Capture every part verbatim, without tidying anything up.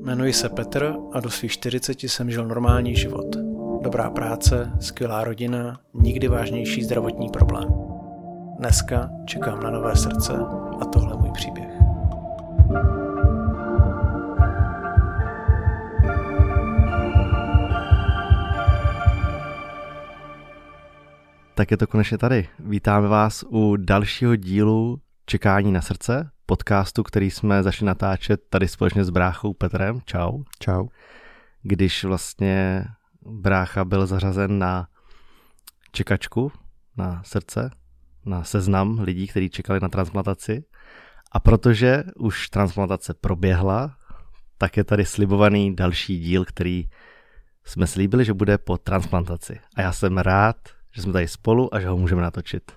Jmenuji se Petr a do svých čtyřiceti jsem žil normální život. Dobrá práce, skvělá rodina, nikdy vážnější zdravotní problém. Dneska čekám na nové srdce a tohle je můj příběh. Tak je to konečně tady. Vítáme vás u dalšího dílu Čekání na srdce, podcastu, který jsme začali natáčet tady společně s bráchou Petrem. Čau. Čau. Když vlastně brácha byl zařazen na čekačku, na srdce, na seznam lidí, kteří čekali na transplantaci. A protože už transplantace proběhla, tak je tady slibovaný další díl, který jsme slíbili, že bude po transplantaci. A já jsem rád, že jsme tady spolu a že ho můžeme natočit.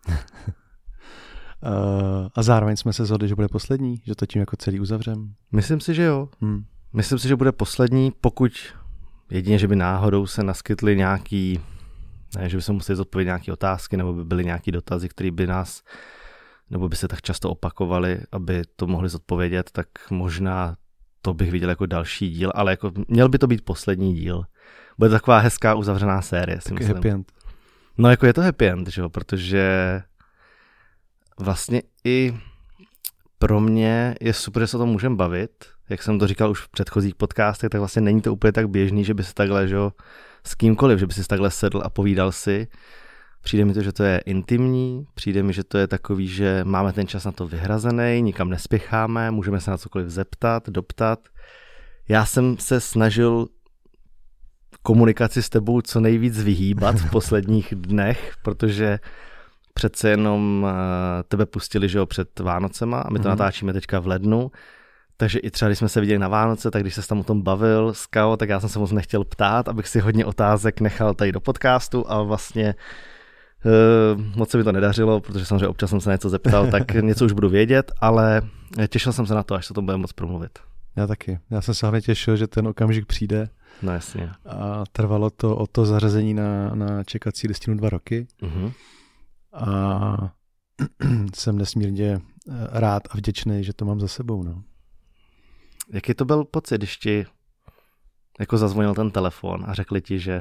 Uh, a zároveň jsme se shodli, že bude poslední, že to tím jako celý uzavřem. Myslím si, že jo. Hmm. Myslím si, že bude poslední, pokud jedině, že by náhodou se naskytly nějaký, ne, že by se museli zodpovědět nějaké otázky, nebo by byly nějaké dotazy, které by nás, nebo by se tak často opakovaly, aby to mohli zodpovědět, tak možná to bych viděl jako další díl, ale jako měl by to být poslední díl. Bude to taková hezká uzavřená série, si myslím. Happy end. No jako je to happy end, že jo, protože vlastně i pro mě je super, že se o tom můžeme bavit. Jak jsem to říkal už v předchozích podcastech, tak vlastně není to úplně tak běžný, že by se takhle, že jo, s kýmkoliv, že by si takhle sedl a povídal si. Přijde mi to, že to je intimní, přijde mi, že to je takový, že máme ten čas na to vyhrazený, nikam nespěcháme, můžeme se na cokoliv zeptat, doptat. Já jsem se snažil komunikaci s tebou co nejvíc vyhýbat v posledních dnech, protože přece jenom uh, tebe pustili, že jo, před Vánocema a my to mm. natáčíme teďka v lednu, takže i třeba, když jsme se viděli na Vánoce, tak když se tam o tom bavil s Kao, tak já jsem se moc nechtěl ptát, abych si hodně otázek nechal tady do podcastu a vlastně uh, moc se mi to nedařilo, protože samozřejmě občas jsem se něco zeptal, tak něco už budu vědět, ale těšil jsem se na to, až se o tom budeme moc promluvit. Já taky. Já jsem se hlavně těšil, že ten okamžik přijde. No jasně. A trvalo to o to zařazení na, na čekací listinu dva roky. Mm-hmm. A jsem nesmírně rád a vděčný, že to mám za sebou. No. Jaký to byl pocit, když ti jako zazvonil ten telefon a řekli ti, že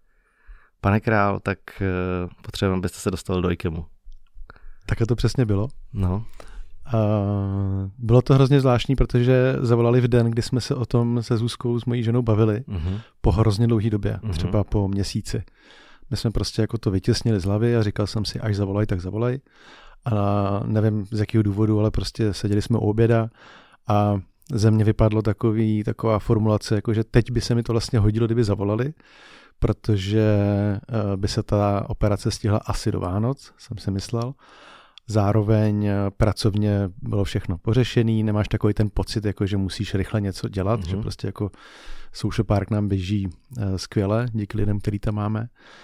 pane král, tak uh, potřebujeme, abyste se dostali do IKEMu. Tak to přesně bylo. No. A bylo to hrozně zvláštní, protože zavolali v den, kdy jsme se o tom se Zuzkou, s mojí ženou bavili, uh-huh. po hrozně dlouhé době, uh-huh. třeba po měsíci. My jsme prostě jako to vytěsnili z hlavy a říkal jsem si, až zavolaj, tak zavolaj. A nevím z jakého důvodu, ale prostě seděli jsme u oběda a ze mě vypadlo takový, taková formulace, jako že teď by se mi to vlastně hodilo, kdyby zavolali, protože by se ta operace stihla asi do Vánoc, jsem si myslel. Zároveň pracovně bylo všechno pořešený, nemáš takový ten pocit, jako že musíš rychle něco dělat, mm-hmm. že prostě jako Social Park nám běží skvěle, díky lidem, který tam máme.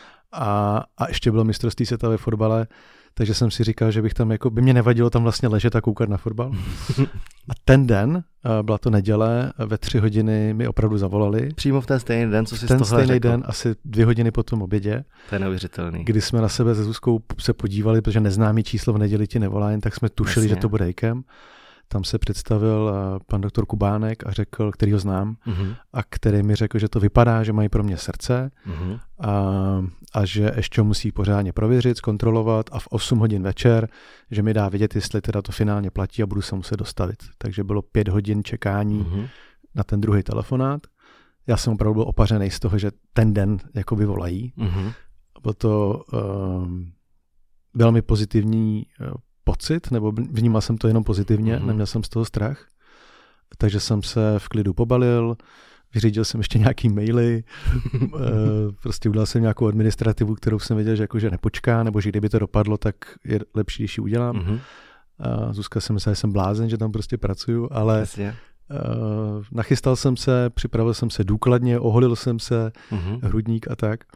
A, a ještě bylo mistrovství světa ve fotbale, takže jsem si říkal, že bych tam, jako by mě nevadilo tam vlastně ležet a koukat na fotbal. A ten den, byla to neděle, ve tři hodiny mi opravdu zavolali. Přímo v ten stejný den, co jsi z toho řekl? Ten stejný den, asi dvě hodiny po tom obědě. To je neuvěřitelný. Kdy jsme na sebe se Zuzkou se podívali, protože neznámý číslo v neděli ti nevolá, jen tak jsme tušili, Jasně. že to bude IKEM. Tam se představil pan doktor Kubánek a řekl, který ho znám, uh-huh. a který mi řekl, že to vypadá, že mají pro mě srdce uh-huh. a, a že ještě musí pořádně prověřit, zkontrolovat a v osm hodin večer, že mi dá vědět, jestli teda to finálně platí a budu se muset dostavit. Takže bylo pět hodin čekání uh-huh. na ten druhý telefonát. Já jsem opravdu byl opařený z toho, že ten den jakoby volají. Uh-huh. Bylo to um, velmi pozitivní uh, pocit, nebo vnímal jsem to jenom pozitivně, mm-hmm. neměl jsem z toho strach, takže jsem se v klidu pobalil, vyřídil jsem ještě nějaký maily, prostě udělal jsem nějakou administrativu, kterou jsem věděl, že, jako, že nepočká, nebo že kdyby to dopadlo, tak je lepší, když ji udělám. Mm-hmm. A Zuzka si myslela, že jsem blázen, že tam prostě pracuju, ale Jasně. Uh, nachystal jsem se, připravil jsem se důkladně, oholil jsem se, mm-hmm. hrudník a tak.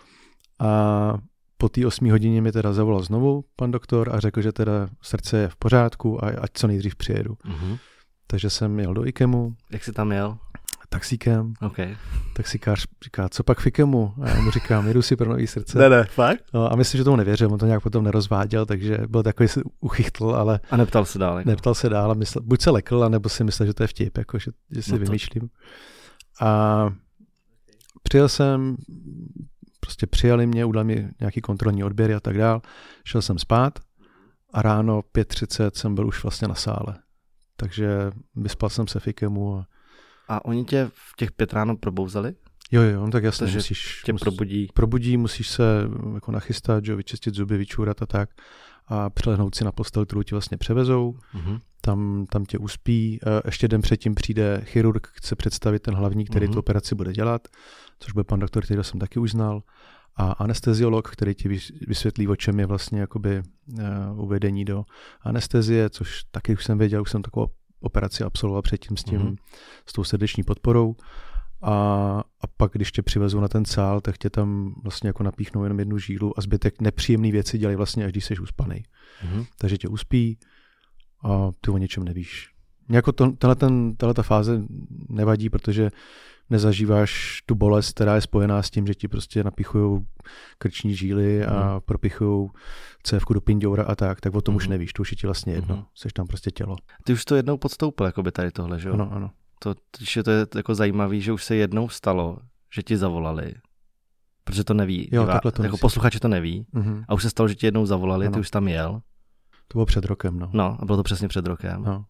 A po té osmé hodině mi teda zavolal znovu pan doktor a řekl, že teda srdce je v pořádku a ať co nejdřív přijedu. Mm-hmm. Takže jsem jel do IKEMu. Jak jsi tam jel? taxíkem. Okay. Taxikář říká, co pak Fikemu? A já mu říkám, jedu si pro nový srdce. Ne, ne, fakt? No, a myslím, že tomu nevěřil, on to nějak potom nerozváděl, takže byl takový, se uchychtl, ale... A neptal se dál. Jako. Neptal se dál a myslel, buď se lekl, anebo si myslel, že to je vtip, jako, že, že si no to... vymýšlím. A přijel jsem, prostě přijali mě, udali mi nějaký kontrolní odběry a tak dál, šel jsem spát a ráno pět třicet jsem byl už vlastně na sále. Takže vyspal jsem se Fikemu. A, a oni tě v těch pět ráno probouzeli? Jo, jo, no tak jasně, Takže musíš... tě musíš, probudí. Probudí, musíš se jako nachystat, že, vyčistit zuby, vyčůrat a tak a přelehnout si na postel, kterou ti vlastně převezou. Mm-hmm. Tam, tam tě uspí. Ještě den předtím přijde chirurg, chce představit ten hlavní, který mm-hmm. tu operaci bude dělat, což byl pan doktor, který jsem taky už znal. A anesteziolog, který ti vysvětlí, o čem je vlastně jakoby uh, uvedení do anestezie, což taky už jsem věděl, už jsem takovou operaci absolvoval předtím s tím, mm-hmm. s tou srdeční podporou. A, a pak, když tě přivezou na ten sál, tak tě tam vlastně jako napíchnou jenom jednu žílu a zbytek nepříjemný věci dělají vlastně, až když jsi uspanej. Mm-hmm. Takže tě uspí a ty o něčem nevíš. Jako to, tahle ta fáze nevadí, protože nezažíváš tu bolest, která je spojená s tím, že ti prostě napíchujou krční žíly a mm. propíchujou cévku do pindoura a tak, tak o tom mm. už nevíš, to už je ti vlastně jedno, mm. jsi tam prostě tělo. Ty už to jednou podstoupil, jako by tady tohle, že jo? Ano, ano. To, že to je jako zajímavý, že už se jednou stalo, že ti zavolali, protože to neví, jo, divá, to jako posluchači to neví, mm-hmm. a už se stalo, že ti jednou zavolali, ano. Ty už tam jel. To bylo před rokem, no. No, a bylo to přesně před rokem. No.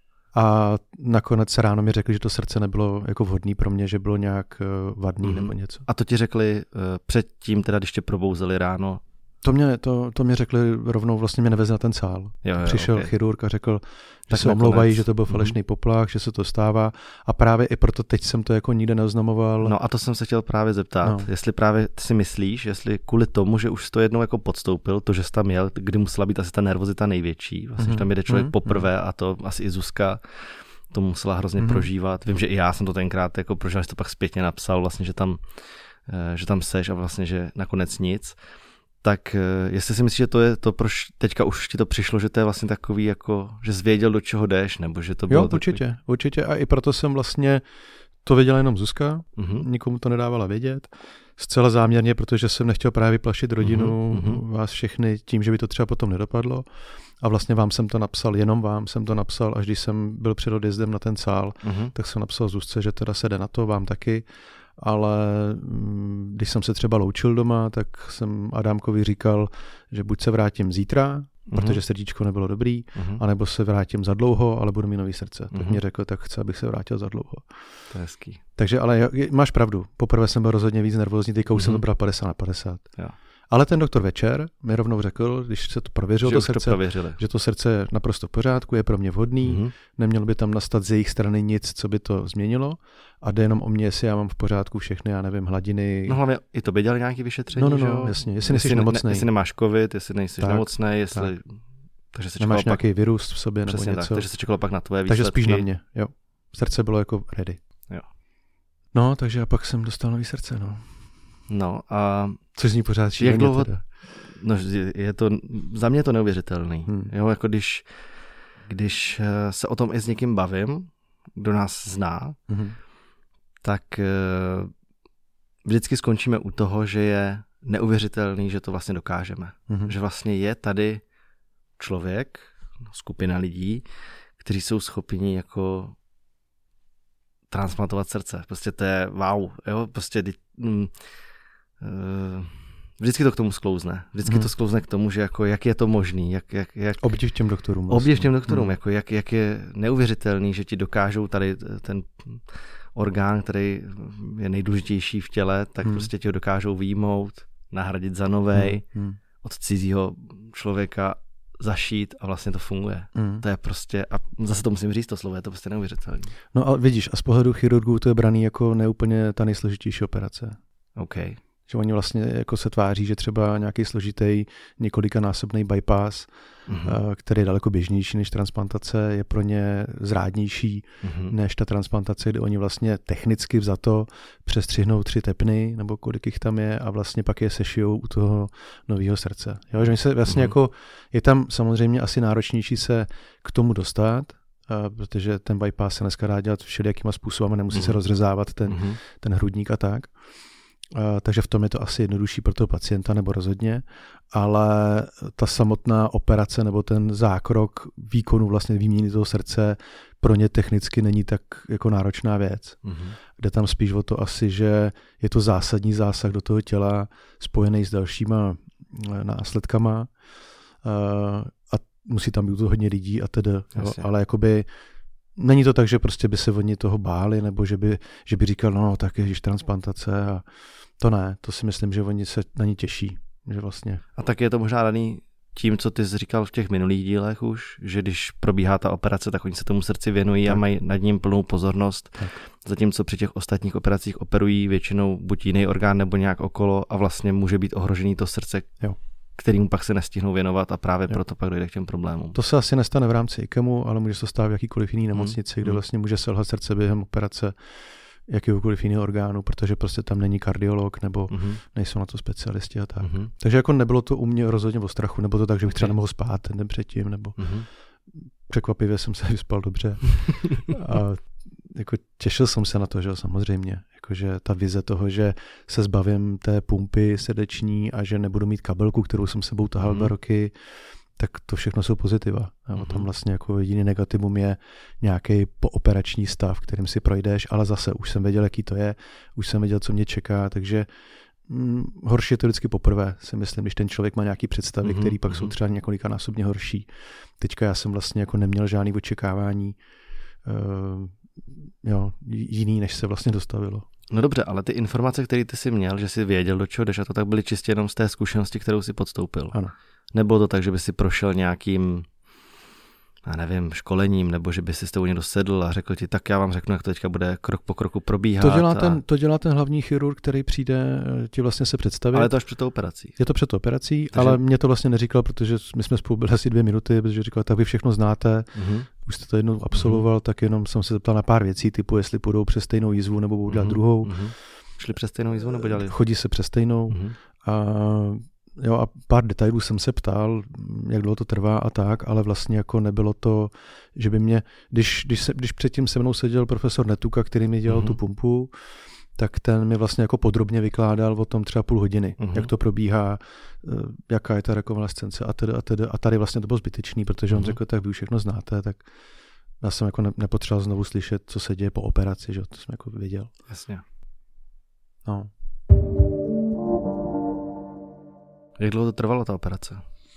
A nakonec se ráno mi řekli, že to srdce nebylo jako vhodný pro mě, že bylo nějak vadný mm. nebo něco. A to ti řekli uh, předtím, teda když tě probouzeli ráno? To mě, to, to mě řekli rovnou, vlastně mě nevezli na ten sál. Jo, jo, Přišel okay. chirurg a řekl, že tak se nakonec. omlouvají, že to byl falešný mm. poplach, že se to stává a právě i proto teď jsem to jako nikde neoznamoval. No a to jsem se chtěl právě zeptat, no. Jestli právě si myslíš, jestli kvůli tomu, že už to jednou jako podstoupil, to, že jsi tam jel, kdy musela být asi ta nervozita největší, vlastně, mm. že tam jede člověk mm. poprvé a to asi i Zuzka to musela hrozně mm. prožívat. Vím, že i já jsem to tenkrát jako prožil, že to pak zpětně napsal, vlastně, že tam, že tam seš a vlastně, že nakonec nic. Tak jestli si myslíš, že to je to, proč teďka už ti to přišlo, že to je vlastně takový, jako, že jsi věděl, do čeho jdeš, nebo že to bylo... Jo, určitě, takový... určitě a i proto jsem vlastně to věděla jenom Zuzka, mm-hmm. nikomu to nedávala vědět, zcela záměrně, protože jsem nechtěl právě vyplašit rodinu, mm-hmm. vás všechny tím, že by to třeba potom nedopadlo a vlastně vám jsem to napsal, jenom vám jsem to napsal, až když jsem byl před odjezdem na ten sál, mm-hmm. tak jsem napsal Zuzce, že teda se jde na to, vám taky. Ale když jsem se třeba loučil doma, tak jsem Adámkovi říkal, že buď se vrátím zítra, mm-hmm. protože srdíčko nebylo dobrý, mm-hmm. anebo se vrátím za dlouho, ale budu mít nový srdce. Mm-hmm. Tak mě řekl, tak chce, abych se vrátil za dlouho. To je hezký. Takže ale máš pravdu, poprvé jsem byl rozhodně víc nervózní, teďka už mm-hmm. jsem to bral padesát na padesát. Jo. Ale ten doktor večer mi rovnou řekl, když se to prověřilo, že, to srdce, to že to srdce je naprosto v pořádku, je pro mě vhodný, mm-hmm. nemělo by tam nastat z jejich strany nic, co by to změnilo a jde jenom o mě, jestli já mám v pořádku všechny, já nevím, hladiny. No hlavně i to by dělali nějaké vyšetření, no, no, že no, jo? jasně, jestli nejsi nemocnej. Ne, jestli nemáš covid, jestli nejsi tak, nemocnej, jestli... Tak. Takže se nemáš pak... nějaký virus v sobě přesně nebo tak, něco. takže se čekalo pak na tvoje výsledky. Takže spíš na mě, jo. Srdce bylo jako ready. Jo. No, takže a pak jsem dostal nový srdce, no. No a... Což zní pořád šíleně dlouho... teda. No, je to, za mě je to neuvěřitelný. Hmm. Jo, jako když, když se o tom i s někým bavím, kdo nás zná, hmm. tak vždycky skončíme u toho, že je neuvěřitelný, že to vlastně dokážeme. Hmm. Že vlastně je tady člověk, skupina lidí, kteří jsou schopni jako transplantovat srdce. Prostě to je wow. Jo? Prostě mm, uh, vždycky to k tomu sklouzne. Vždycky hmm. to sklouzne k tomu, že jako jak je to možný. Jak, jak, jak, obdiv těm doktorům. Vlastně. Obdiv těm doktorům. Hmm. Jako jak, jak je neuvěřitelný, že ti dokážou tady ten orgán, který je nejdůležitější v těle, tak hmm. prostě ti ho dokážou vyjmout, nahradit za novej, hmm. Hmm. od cizího člověka zašít a vlastně to funguje. Mm. To je prostě, a zase to musím říct, to slovo je to prostě neuvěřitelné. No ale vidíš, a z pohledu chirurgů to je braný jako neúplně ta nejsložitější operace. OK. Že oni vlastně jako se tváří, že třeba nějaký složitý několikanásobný bypass, mm-hmm. který je daleko běžnější než transplantace, je pro ně zrádnější mm-hmm. než ta transplantace, kde oni vlastně technicky vzato přestřihnou tři tepny, nebo kolik jich tam je, a vlastně pak je sešijou u toho nového srdce. Jo, že oni se vlastně mm-hmm. jako, je tam samozřejmě asi náročnější se k tomu dostat, protože ten bypass se dneska dá dělat všelijakýma způsoby, nemusí mm. se rozřezávat ten, mm. ten hrudník a tak. Uh, takže v tom je to asi jednodušší pro toho pacienta, nebo rozhodně, ale ta samotná operace nebo ten zákrok výkonu vlastně výměny toho srdce pro ně technicky není tak jako náročná věc. Mm-hmm. Jde tam spíš o to asi, že je to zásadní zásah do toho těla spojený s dalšíma následkama uh, a musí tam být hodně lidí a tedy, jo, ale jakoby není to tak, že prostě by se oni toho báli, nebo že by, že by říkal, no tak ježiš, transplantace a to ne, to si myslím, že oni se na ní těší, že vlastně. A tak je to možná daný tím, co ty jsi říkal v těch minulých dílech už, že když probíhá ta operace, tak oni se tomu srdci věnují tak. a mají nad ním plnou pozornost, tak. Zatímco při těch ostatních operacích operují většinou buď jiný orgán nebo nějak okolo a vlastně může být ohrožený to srdce, jo. kterým pak se nestihnou věnovat a právě jo. proto pak dojde k těm problémům. To se asi nestane v rámci IKEMu, ale může se stát v jakýkoliv jiný nemocnici, hmm. kde vlastně může selhat srdce během operace jakýkoliv jiného orgánu, protože prostě tam není kardiolog nebo mm-hmm. nejsou na to specialisti a tak. Mm-hmm. Takže jako nebylo to u mě rozhodně o strachu, nebo to tak, že bych třeba nemohl spát den předtím, nebo mm-hmm. překvapivě jsem se vyspal dobře. A jako těšil jsem se na to, že samozřejmě. Jakože ta vize toho, že se zbavím té pumpy srdeční a že nebudu mít kabelku, kterou jsem sebou tahal mm-hmm. dva roky, tak to všechno jsou pozitiva. Mm-hmm. Tam vlastně jako jediný negativum je nějaký pooperační stav, kterým si projdeš, ale zase už jsem věděl, jaký to je, už jsem věděl, co mě čeká, takže hm, horší je to vždycky poprvé, si myslím, když ten člověk má nějaký představy, mm-hmm. které pak mm-hmm. jsou třeba několikanásobně horší. Teďka já jsem vlastně jako neměl žádný očekávání uh, jo, jiný, než se vlastně dostavilo. No dobře, ale ty informace, které ty jsi měl, že jsi věděl, do čeho jdeš, a to tak byly čistě jenom z té zkušenosti, kterou jsi podstoupil. Ano. Nebylo to tak, že by si prošel nějakým, já nevím, školením, nebo že by si s tebou někdo sedl a řekl ti, tak já vám řeknu, jak to teďka bude krok po kroku probíhat. To dělá, a... ten, to dělá ten hlavní chirurg, který přijde ti vlastně se představit. Ale to až před tou operací. Je to před tou operací, takže... ale mě to vlastně neříkal, protože my jsme spolu byli asi dvě minuty, protože říkal, tak vy všechno znáte, mm-hmm. už jste to jednou absolvoval, mm-hmm. tak jenom jsem se zeptal na pár věcí, typu jestli půjdou přes stejnou jízvu nebo budou dělat mm-hmm. druhou. Mm-hmm. Šli přes stejnou jízvu nebo dělali? Chodí se přes stejnou. Mm-hmm. A jo, a pár detailů jsem se ptal, jak dlouho to trvá a tak, ale vlastně jako nebylo to, že by mě, když, když, se, když předtím se mnou seděl profesor Netuka, který mi dělal mm-hmm. tu pumpu, tak ten mi vlastně jako podrobně vykládal o tom třeba půl hodiny, mm-hmm. jak to probíhá, jaká je ta rekonvalescence a tedy a tedy. A tady vlastně to bylo zbytečný, protože mm-hmm. on řekl, tak vy už všechno znáte, tak já jsem jako ne, nepotřeboval znovu slyšet, co se děje po operaci, že to jsem jako věděl. Jasně. No. Jak dlouho to trvalo, ta operace?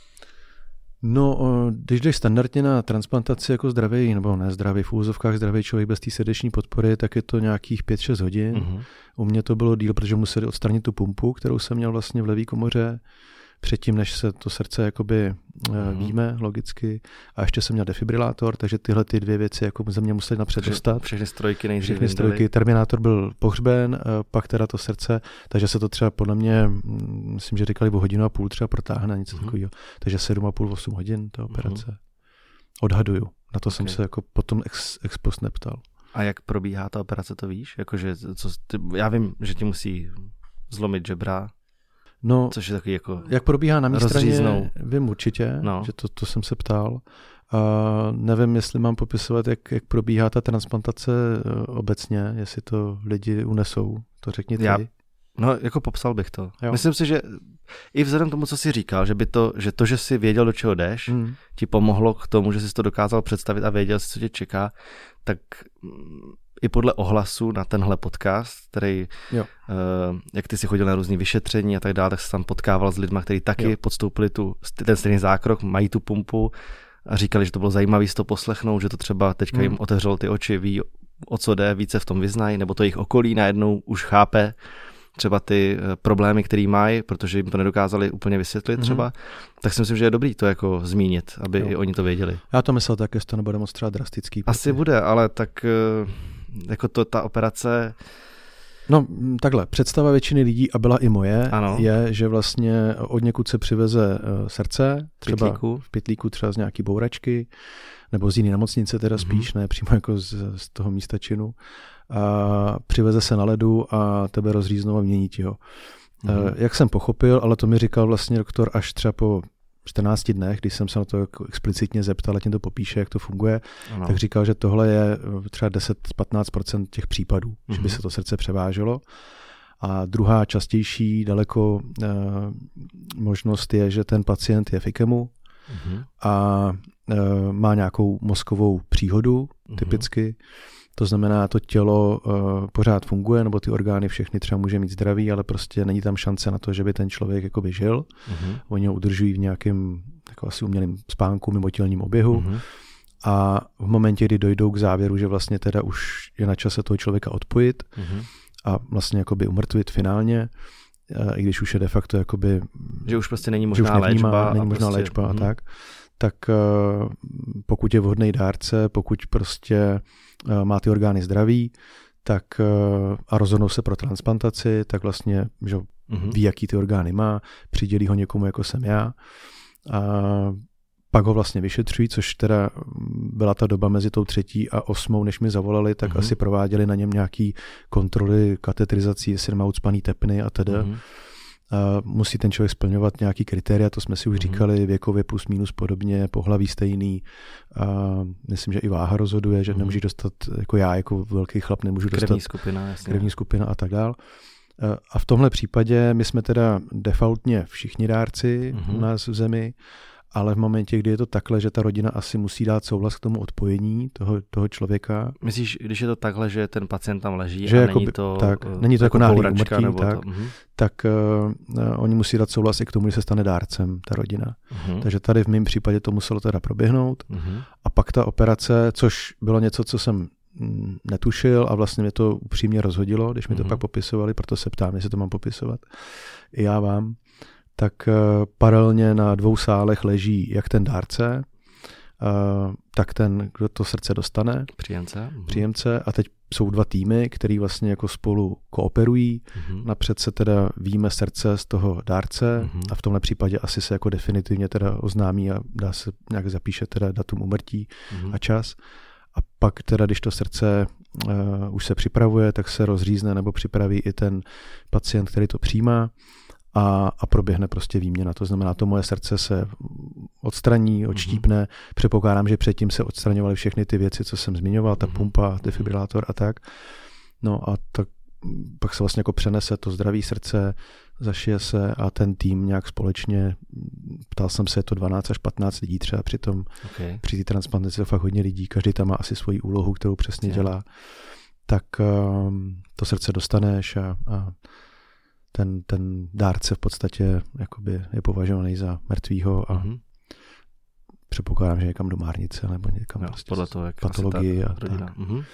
No, když jdeš standardně na transplantaci jako zdravý, nebo ne zdravý, v úvozovkách zdravý člověk bez té srdeční podpory, tak je to nějakých pět šest hodin. Uh-huh. U mě to bylo díl, protože museli odstranit tu pumpu, kterou jsem měl vlastně v levé komoře, předtím, než se to srdce jakoby uh-huh. víme logicky. A ještě jsem měl defibrilátor, takže tyhle ty dvě věci jako ze mě museli napřed dostat. Všechny strojky nejdřív. Všechny strojky. Terminátor byl pohřben, pak teda to srdce, takže se to třeba podle mě, myslím, že říkali o hodinu a půl třeba protáhne, něco uh-huh. takového. Takže sedm a půl, osm hodin ta operace. Uh-huh. Odhaduju. Na to okay. jsem se jako potom ex, ex post neptal. A jak probíhá ta operace, to víš? Jakože, co, ty, já vím, že ti musí zlomit žebra. No, což je takový jako jak probíhá na mé straně, vím určitě, no. že to, to jsem se ptal. A nevím, jestli mám popisovat, jak, jak probíhá ta transplantace obecně, jestli to lidi unesou. To řekni ty. Já, no, jako popsal bych to. Jo. Myslím si, že i vzhledem tomu, co jsi říkal, že, by to, že to, že jsi věděl, do čeho jdeš, mm. ti pomohlo k tomu, že jsi to dokázal představit a věděl jsi, co tě čeká, tak i podle ohlasu na tenhle podcast, který, uh, jak ty si chodil na různý vyšetření a tak dále, tak se tam potkával s lidmi, kteří taky jo. podstoupili tu, ten stejný zákrok, mají tu pumpu a říkali, že to bylo zajímavé si to poslechnout, že to třeba teďka mm. jim otevřelo ty oči, ví, o co jde, více v tom vyznají, nebo to jejich okolí najednou už chápe třeba ty problémy, který mají, protože jim to nedokázali úplně vysvětlit třeba, mm-hmm. tak si myslím, že je dobrý to jako zmínit, aby jo. i oni to věděli. Já to myslel tak, jestli to nebude moc třeba drastický. Asi protože... bude, ale tak jako to ta operace... No takhle, představa většiny lidí, a byla i moje, ano. je, že vlastně od někud se přiveze srdce, třeba Pytlíku. v pytlíku třeba z nějaký bouračky, nebo z jiné nemocnice teda spíš, mm-hmm. ne přímo jako z, z toho místa činu. A přiveze se na ledu a tebe rozříznou a mění ti ho. Mm-hmm. Jak jsem pochopil, ale to mi říkal vlastně doktor až třeba po čtrnácti dnech, když jsem se na to jako explicitně zeptal, a tím to popíše, jak to funguje, ano. tak říkal, že tohle je třeba deset až patnáct procent těch případů, mm-hmm. že by se to srdce převáželo. A druhá častější daleko e, možnost je, že ten pacient je v IKEMu mm-hmm. a e, má nějakou mozkovou příhodu mm-hmm. typicky. To znamená, to tělo uh, pořád funguje, nebo ty orgány všechny třeba může mít zdraví, ale prostě není tam šance na to, že by ten člověk jako by žil. Uh-huh. Oni ho udržují v nějakém jako asi umělém spánku, mimotělním oběhu. Uh-huh. A v momentě, kdy dojdou k závěru, že vlastně teda už je na čase toho člověka odpojit uh-huh. a vlastně jakoby umrtvit finálně, i když už je de facto jakoby... Že už prostě není možná léčba. Není možná prostě, léčba uh-huh. a tak. Tak uh, pokud je vhodný dárce, pokud prostě uh, má ty orgány zdraví, tak uh, a rozhodnou se pro transplantaci, tak vlastně že mm-hmm. ví, jaký ty orgány má, přidělí ho někomu, jako jsem já. A pak ho vlastně vyšetřují, což teda byla ta doba mezi tou třetí a osmou, než mi zavolali, tak mm-hmm. asi prováděli na něm nějaký kontroly katetrizací, jestli nemá ucpaný tepny a teda. Mm-hmm. A musí ten člověk splňovat nějaký kritéria, to jsme si už mm-hmm. říkali, věkově plus minus podobně, pohlaví stejný. A myslím, že i váha rozhoduje, že mm-hmm. nemůžeš dostat, jako já, jako velký chlap, nemůžu krevní dostat skupina, jasně. krevní skupina a tak dál. A v tomhle případě my jsme teda defaultně všichni dárci mm-hmm. u nás v zemi, ale v momentě, kdy je to takhle, že ta rodina asi musí dát souhlas k tomu odpojení toho, toho člověka. Myslíš, když je to takhle, že ten pacient tam leží že a jako není to tak, uh, není to jako náhlý úmrtí, tak, to, uh-huh. tak uh, oni musí dát souhlas i k tomu, že se stane dárcem ta rodina. Uh-huh. Takže tady v mém případě to muselo teda proběhnout. Uh-huh. A pak ta operace, což bylo něco, co jsem mm, netušil a vlastně mě to upřímně rozhodilo, když mi to uh-huh. pak popisovali, proto se ptám, jestli to mám popisovat. I já vám. Tak uh, paralelně na dvou sálech leží jak ten dárce, uh, tak ten, kdo to srdce dostane. Příjemce. Uh-huh. Příjemce. A teď jsou dva týmy, který vlastně jako spolu kooperují. Uh-huh. Napřed se teda víme srdce z toho dárce uh-huh. a v tomhle případě asi se jako definitivně teda oznámí a dá se nějak zapíše teda datum úmrtí uh-huh. a čas. A pak teda, když to srdce uh, už se připravuje, tak se rozřízne nebo připraví i ten pacient, který to přijímá. A, a proběhne prostě výměna. To znamená, to moje srdce se odstraní, odštípne. Mm-hmm. Předpokládám, že předtím se odstraňovaly všechny ty věci, co jsem zmiňoval, ta mm-hmm. pumpa, defibrilátor a tak. No a tak pak se vlastně jako přenese to zdraví srdce, zašije se a ten tým nějak společně, ptal jsem se, je to dvanáct až patnáct lidí třeba přitom, okay. při té transplantaci to fakt hodně lidí, každý tam má asi svoji úlohu, kterou přesně yeah. dělá. Tak um, to srdce dostaneš a, a Ten, ten dárce v podstatě jakoby je považovaný za mrtvýho a mm-hmm. předpokládám, že někam do márnice nebo někam no, prostě podle toho, jak patologii a rodina. tak. Mm-hmm.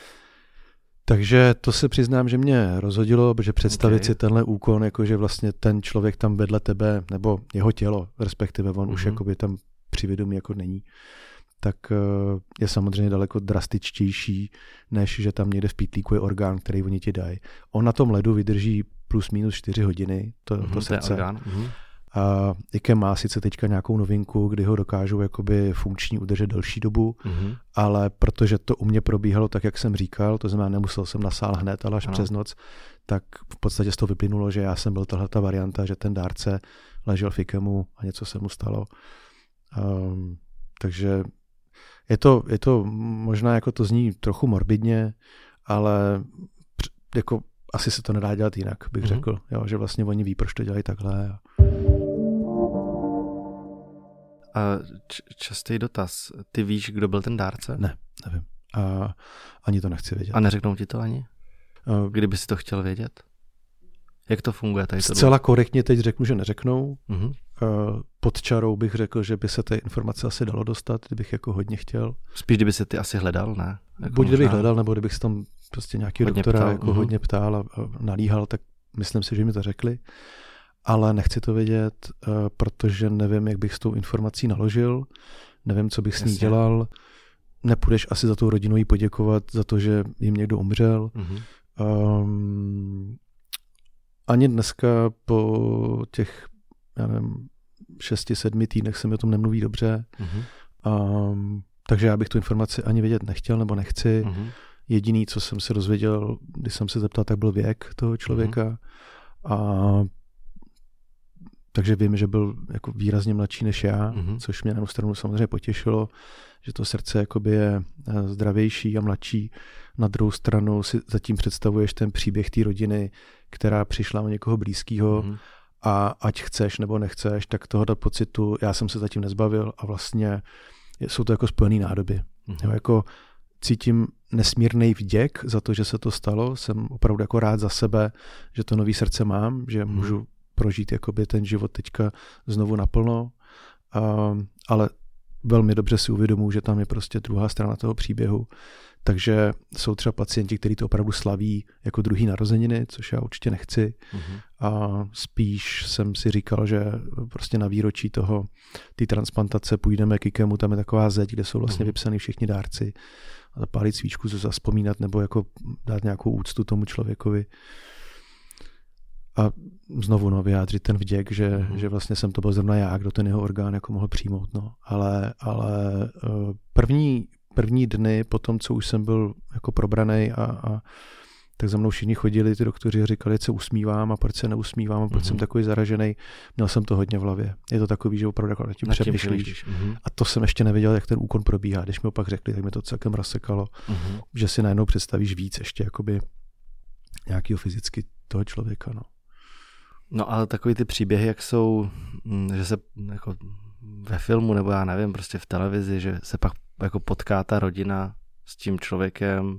Takže to se přiznám, že mě rozhodilo, protože představit okay. si tenhle úkon, jakože vlastně ten člověk tam vedle tebe, nebo jeho tělo, respektive on mm-hmm. už jakoby tam při vědomí jako není, tak je samozřejmě daleko drastičtější, než že tam někde v pítlíku je orgán, který oni ti dají. On na tom ledu vydrží plus minus čtyři hodiny, to, mm-hmm, to srdce. Mm-hmm. A IKEM má sice teďka nějakou novinku, kdy ho dokážou jakoby funkční udržet delší dobu, mm-hmm. ale protože to u mě probíhalo tak, jak jsem říkal, to znamená, nemusel jsem na sál hned, ale až ano. přes noc, tak v podstatě z toho vyplynulo, že já jsem byl tahle ta varianta, že ten dárce ležel v IKEMu a něco se mu stalo. Um, takže je to, je to možná, jako to zní trochu morbidně, ale jako asi se to nedá dělat jinak, bych mm-hmm. řekl. Jo, že vlastně oni ví, proč to dělají takhle. A, a častý dotaz. Ty víš, kdo byl ten dárce? Ne, nevím. A ani to nechci vědět. A neřeknou ti to ani? Kdyby si to chtěl vědět? Jak to funguje? Tady to zcela korektně teď řeknu, že neřeknou. Mm-hmm. Pod čarou bych řekl, že by se té informace asi dalo dostat, kdybych jako hodně chtěl. Spíš, kdyby se ty asi hledal, ne? Jako Buď možná... kdybych hledal, nebo kdybych se tam prostě nějaký hodně doktora ptal, jako uh-huh. hodně ptal a nalíhal, tak myslím si, že mi to řekli. Ale nechci to vědět, protože nevím, jak bych s tou informací naložil, nevím, co bych s ní dělal. Nepůjdeš asi za tou rodinou jí poděkovat za to, že jim někdo umřel. Uh-huh. Um, ani dneska po těch, já nevím, šesti, sedmi týdnech se mi o tom nemluví dobře. Uh-huh. Um, takže já bych tu informaci ani vědět nechtěl nebo nechci. Uh-huh. Jediný, co jsem se dozvěděl, když jsem se zeptal, tak byl věk toho člověka. Uh-huh. A takže vím, že byl jako výrazně mladší než já, mm-hmm. což mě na jednu stranu samozřejmě potěšilo, že to srdce jakoby je zdravější a mladší. Na druhou stranu si zatím představuješ ten příběh té rodiny, která přišla o někoho blízkého mm-hmm. a ať chceš nebo nechceš, tak tohoto pocitu já jsem se zatím nezbavil a vlastně jsou to jako spojený nádoby. Mm-hmm. Jo, jako cítím nesmírný vděk za to, že se to stalo. Jsem opravdu jako rád za sebe, že to nový srdce mám, že mm-hmm. můžu prožít jakoby ten život teďka znovu naplno, uh, ale velmi dobře si uvědomuji, že tam je prostě druhá strana toho příběhu. Takže jsou třeba pacienti, kteří to opravdu slaví jako druhý narozeniny, což já určitě nechci. Mm-hmm. A spíš jsem si říkal, že prostě na výročí toho, té transplantace půjdeme k IKEMu, tam je taková zeď, kde jsou vlastně mm-hmm. vypsaný všichni dárci. A zapálit svíčku, zazpomínat nebo jako dát nějakou úctu tomu člověkovi. A znovu no, vyjádřit ten vděk, že, mm-hmm. že vlastně jsem to byl zrovna já, kdo ten jeho orgán jako mohl přijmout. No. Ale, ale první, první dny po tom, co už jsem byl jako probranej a, a tak za mnou všichni chodili, ty doktoři říkali, že se usmívám a proč se neusmívám a proč mm-hmm. jsem takový zaražený. Měl jsem to hodně v hlavě. Je to takový, že opravdu jako na tím přemýšlíš. Mm-hmm. A to jsem ještě nevěděl, jak ten úkon probíhá. Když mi opak řekli, tak mi to celkem rozsekalo, mm-hmm. že si najednou představíš víc ještě jakoby nějakého fyzicky toho člověka. No. No ale takový ty příběhy, jak jsou, že se jako ve filmu, nebo já nevím, prostě v televizi, že se pak jako potká ta rodina s tím člověkem.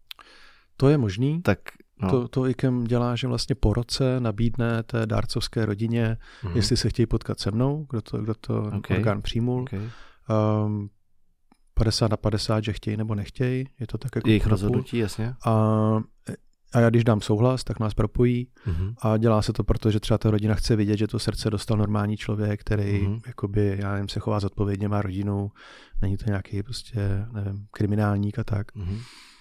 To je možný. Tak, no. To, to IKEM dělá, že vlastně po roce nabídne té dárcovské rodině, mm-hmm. jestli se chtějí potkat se mnou, kdo to, kdo to okay. orgán přijmul. Okay. Um, padesát na padesát, že chtějí nebo nechtějí. Je to tak jako jejich rozhodnutí, jasně. A A já když dám souhlas, tak nás propojí mm-hmm. a dělá se to, protože třeba ta rodina chce vidět, že to srdce dostal normální člověk, který mm-hmm. jakoby, já nevím, se chová zodpovědně, má rodinu, není to nějaký prostě, nevím, kriminálník a tak. Mm-hmm.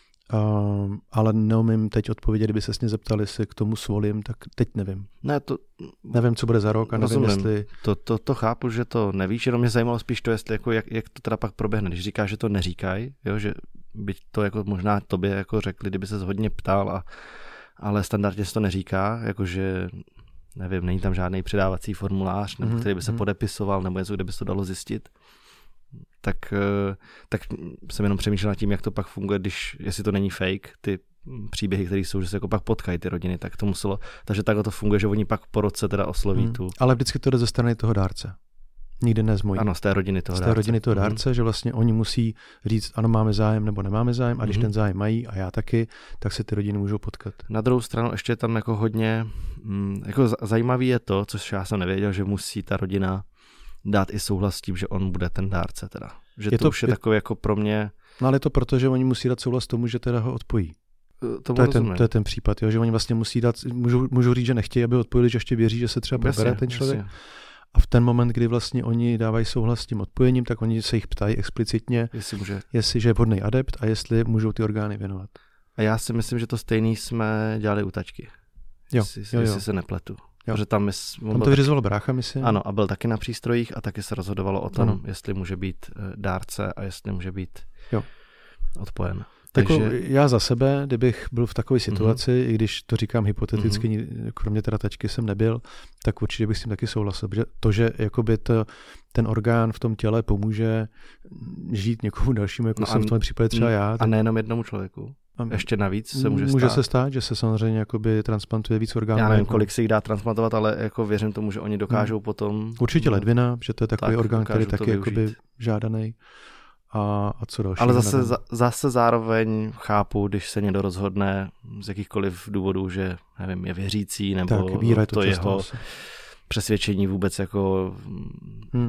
Um, ale neumím teď odpovědět, kdyby se mě zeptali, jestli k tomu svolím, tak teď nevím. Ne, to... Nevím, co bude za rok a nevím, rozumím. jestli... To, to, to chápu, že to nevíš, jenom mě zajímalo spíš to, jestli jako jak, jak to teda pak proběhne. Když říkáš, že to neříkají, jo, že byť to jako možná tobě jako řekli, kdyby se hodně ptal, a, ale standardně se to neříká, jakože nevím, není tam žádný předávací formulář, nebo mm-hmm. který by se podepisoval, nebo něco, kde by se to dalo zjistit. Tak, tak jsem jenom přemýšlel nad tím, jak to pak funguje, když, jestli to není fake, ty příběhy, které jsou, že se jako pak potkají ty rodiny, tak to muselo, takže takhle to funguje, že oni pak po roce teda osloví hmm. tu. Ale vždycky to jde ze strany toho dárce. Nikdy ne z mojí. Ano, z té rodiny toho z té dárce. rodiny toho dárce, mm. že vlastně oni musí říct, ano, máme zájem nebo nemáme zájem, a když mm. ten zájem mají a já taky, tak se ty rodiny můžou potkat. Na druhou stranu ještě je tam jako hodně, jako zajímavý je to, což já jsem nevěděl, že musí ta rodina dát i souhlas s tím, že on bude ten dárce teda. Že je to, to už je, je takový jako pro mě... No ale je to proto, že oni musí dát souhlas tomu, že teda ho odpojí. To, to, je ten, to je ten případ, jo? Že oni vlastně musí dát, můžou, můžou říct, že nechtějí, aby odpojili, že ještě věří, že se třeba probere ten člověk. Jasně. A v ten moment, kdy vlastně oni dávají souhlas s tím odpojením, tak oni se jich ptají explicitně, jestli, může. jestli že je vhodný adept a jestli můžou ty orgány věnovat. A já si myslím, že to stejný jsme dělali u tačky. Jo, jestli, jo, jo. jestli se nepletu. Protože tam, mys, tam to vyřizoval brácha, myslím. Ano, a byl taky na přístrojích a taky se rozhodovalo o tom, ano. jestli může být dárce a jestli může být jo. odpojen. Takže... Jako já za sebe, kdybych byl v takové situaci, mm-hmm. i když to říkám hypoteticky, mm-hmm. kromě teda tačky jsem nebyl, tak určitě bych s tím taky souhlasil. Protože to, že jakoby to, ten orgán v tom těle pomůže žít někomu dalšímu, jako no jsem v tom případě třeba já. A tak... nejenom jednomu člověku. Ještě navíc se může stát. Může se stát, že se samozřejmě jakoby transplantuje víc orgánů. Já nevím, kolik se jich dá transplantovat, ale jako věřím tomu, že oni dokážou hmm. potom... Určitě ledvina, že to je takový tak, orgán, který je taky jakoby žádaný. A, a co další? Ale zase, za, zase zároveň chápu, když se někdo rozhodne z jakýchkoliv důvodů, že nevím, je věřící, nebo tak, to, to jeho asi. Přesvědčení vůbec jako... Hmm.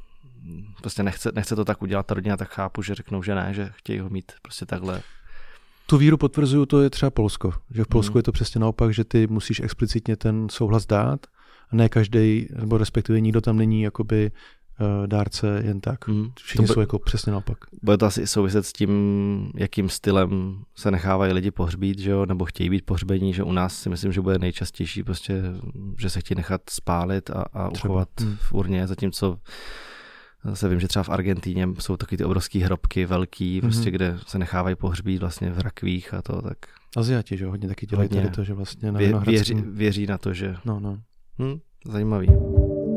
Prostě nechce, nechce to tak udělat ta rodina, tak chápu, že řeknou, že ne, že chtějí ho mít prostě takhle. Tu víru potvrzuju, to je třeba Polsko. Že v Polsku hmm. je to přesně naopak, že ty musíš explicitně ten souhlas dát a ne každý, nebo respektive nikdo tam není jakoby uh, dárce jen tak. Hmm. Všichni to jsou jako přesně naopak. Bude to asi souviset s tím, jakým stylem se nechávají lidi pohřbít, že jo, nebo chtějí být pohřbení, že u nás si myslím, že bude nejčastější prostě, že se chtějí nechat spálit a, a uchovat hmm. v urně, zatímco zase vím, že třeba v Argentíně jsou taky ty obrovský hrobky velký, mm-hmm. prostě, kde se nechávají pohřbít vlastně v rakvích a to tak. Aziati, že hodně taky dělají tady to, že vlastně na Vě, věří, věří na to, že... No, no. Hm, zajímavý.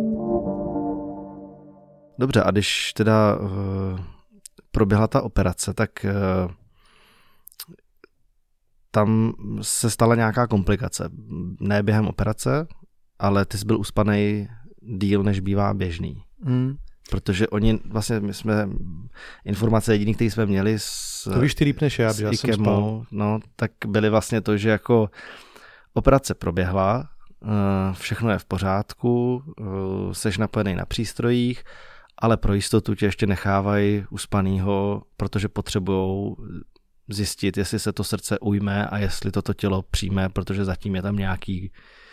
Dobře, a když teda uh, proběhla ta operace, tak uh, tam se stala nějaká komplikace. Ne během operace, ale ty jsi byl uspanej díl, než bývá běžný. Mm. Protože oni, vlastně my jsme, informace jediný, které jsme měli s To víš, ty líp než já, já jsem spal. No, tak byly vlastně to, že jako operace proběhla, všechno je v pořádku, seš napojený na přístrojích, ale pro jistotu tě ještě nechávají uspanýho, protože potřebujou zjistit, jestli se to srdce ujme a jestli toto tělo přijme, protože zatím je tam nějaký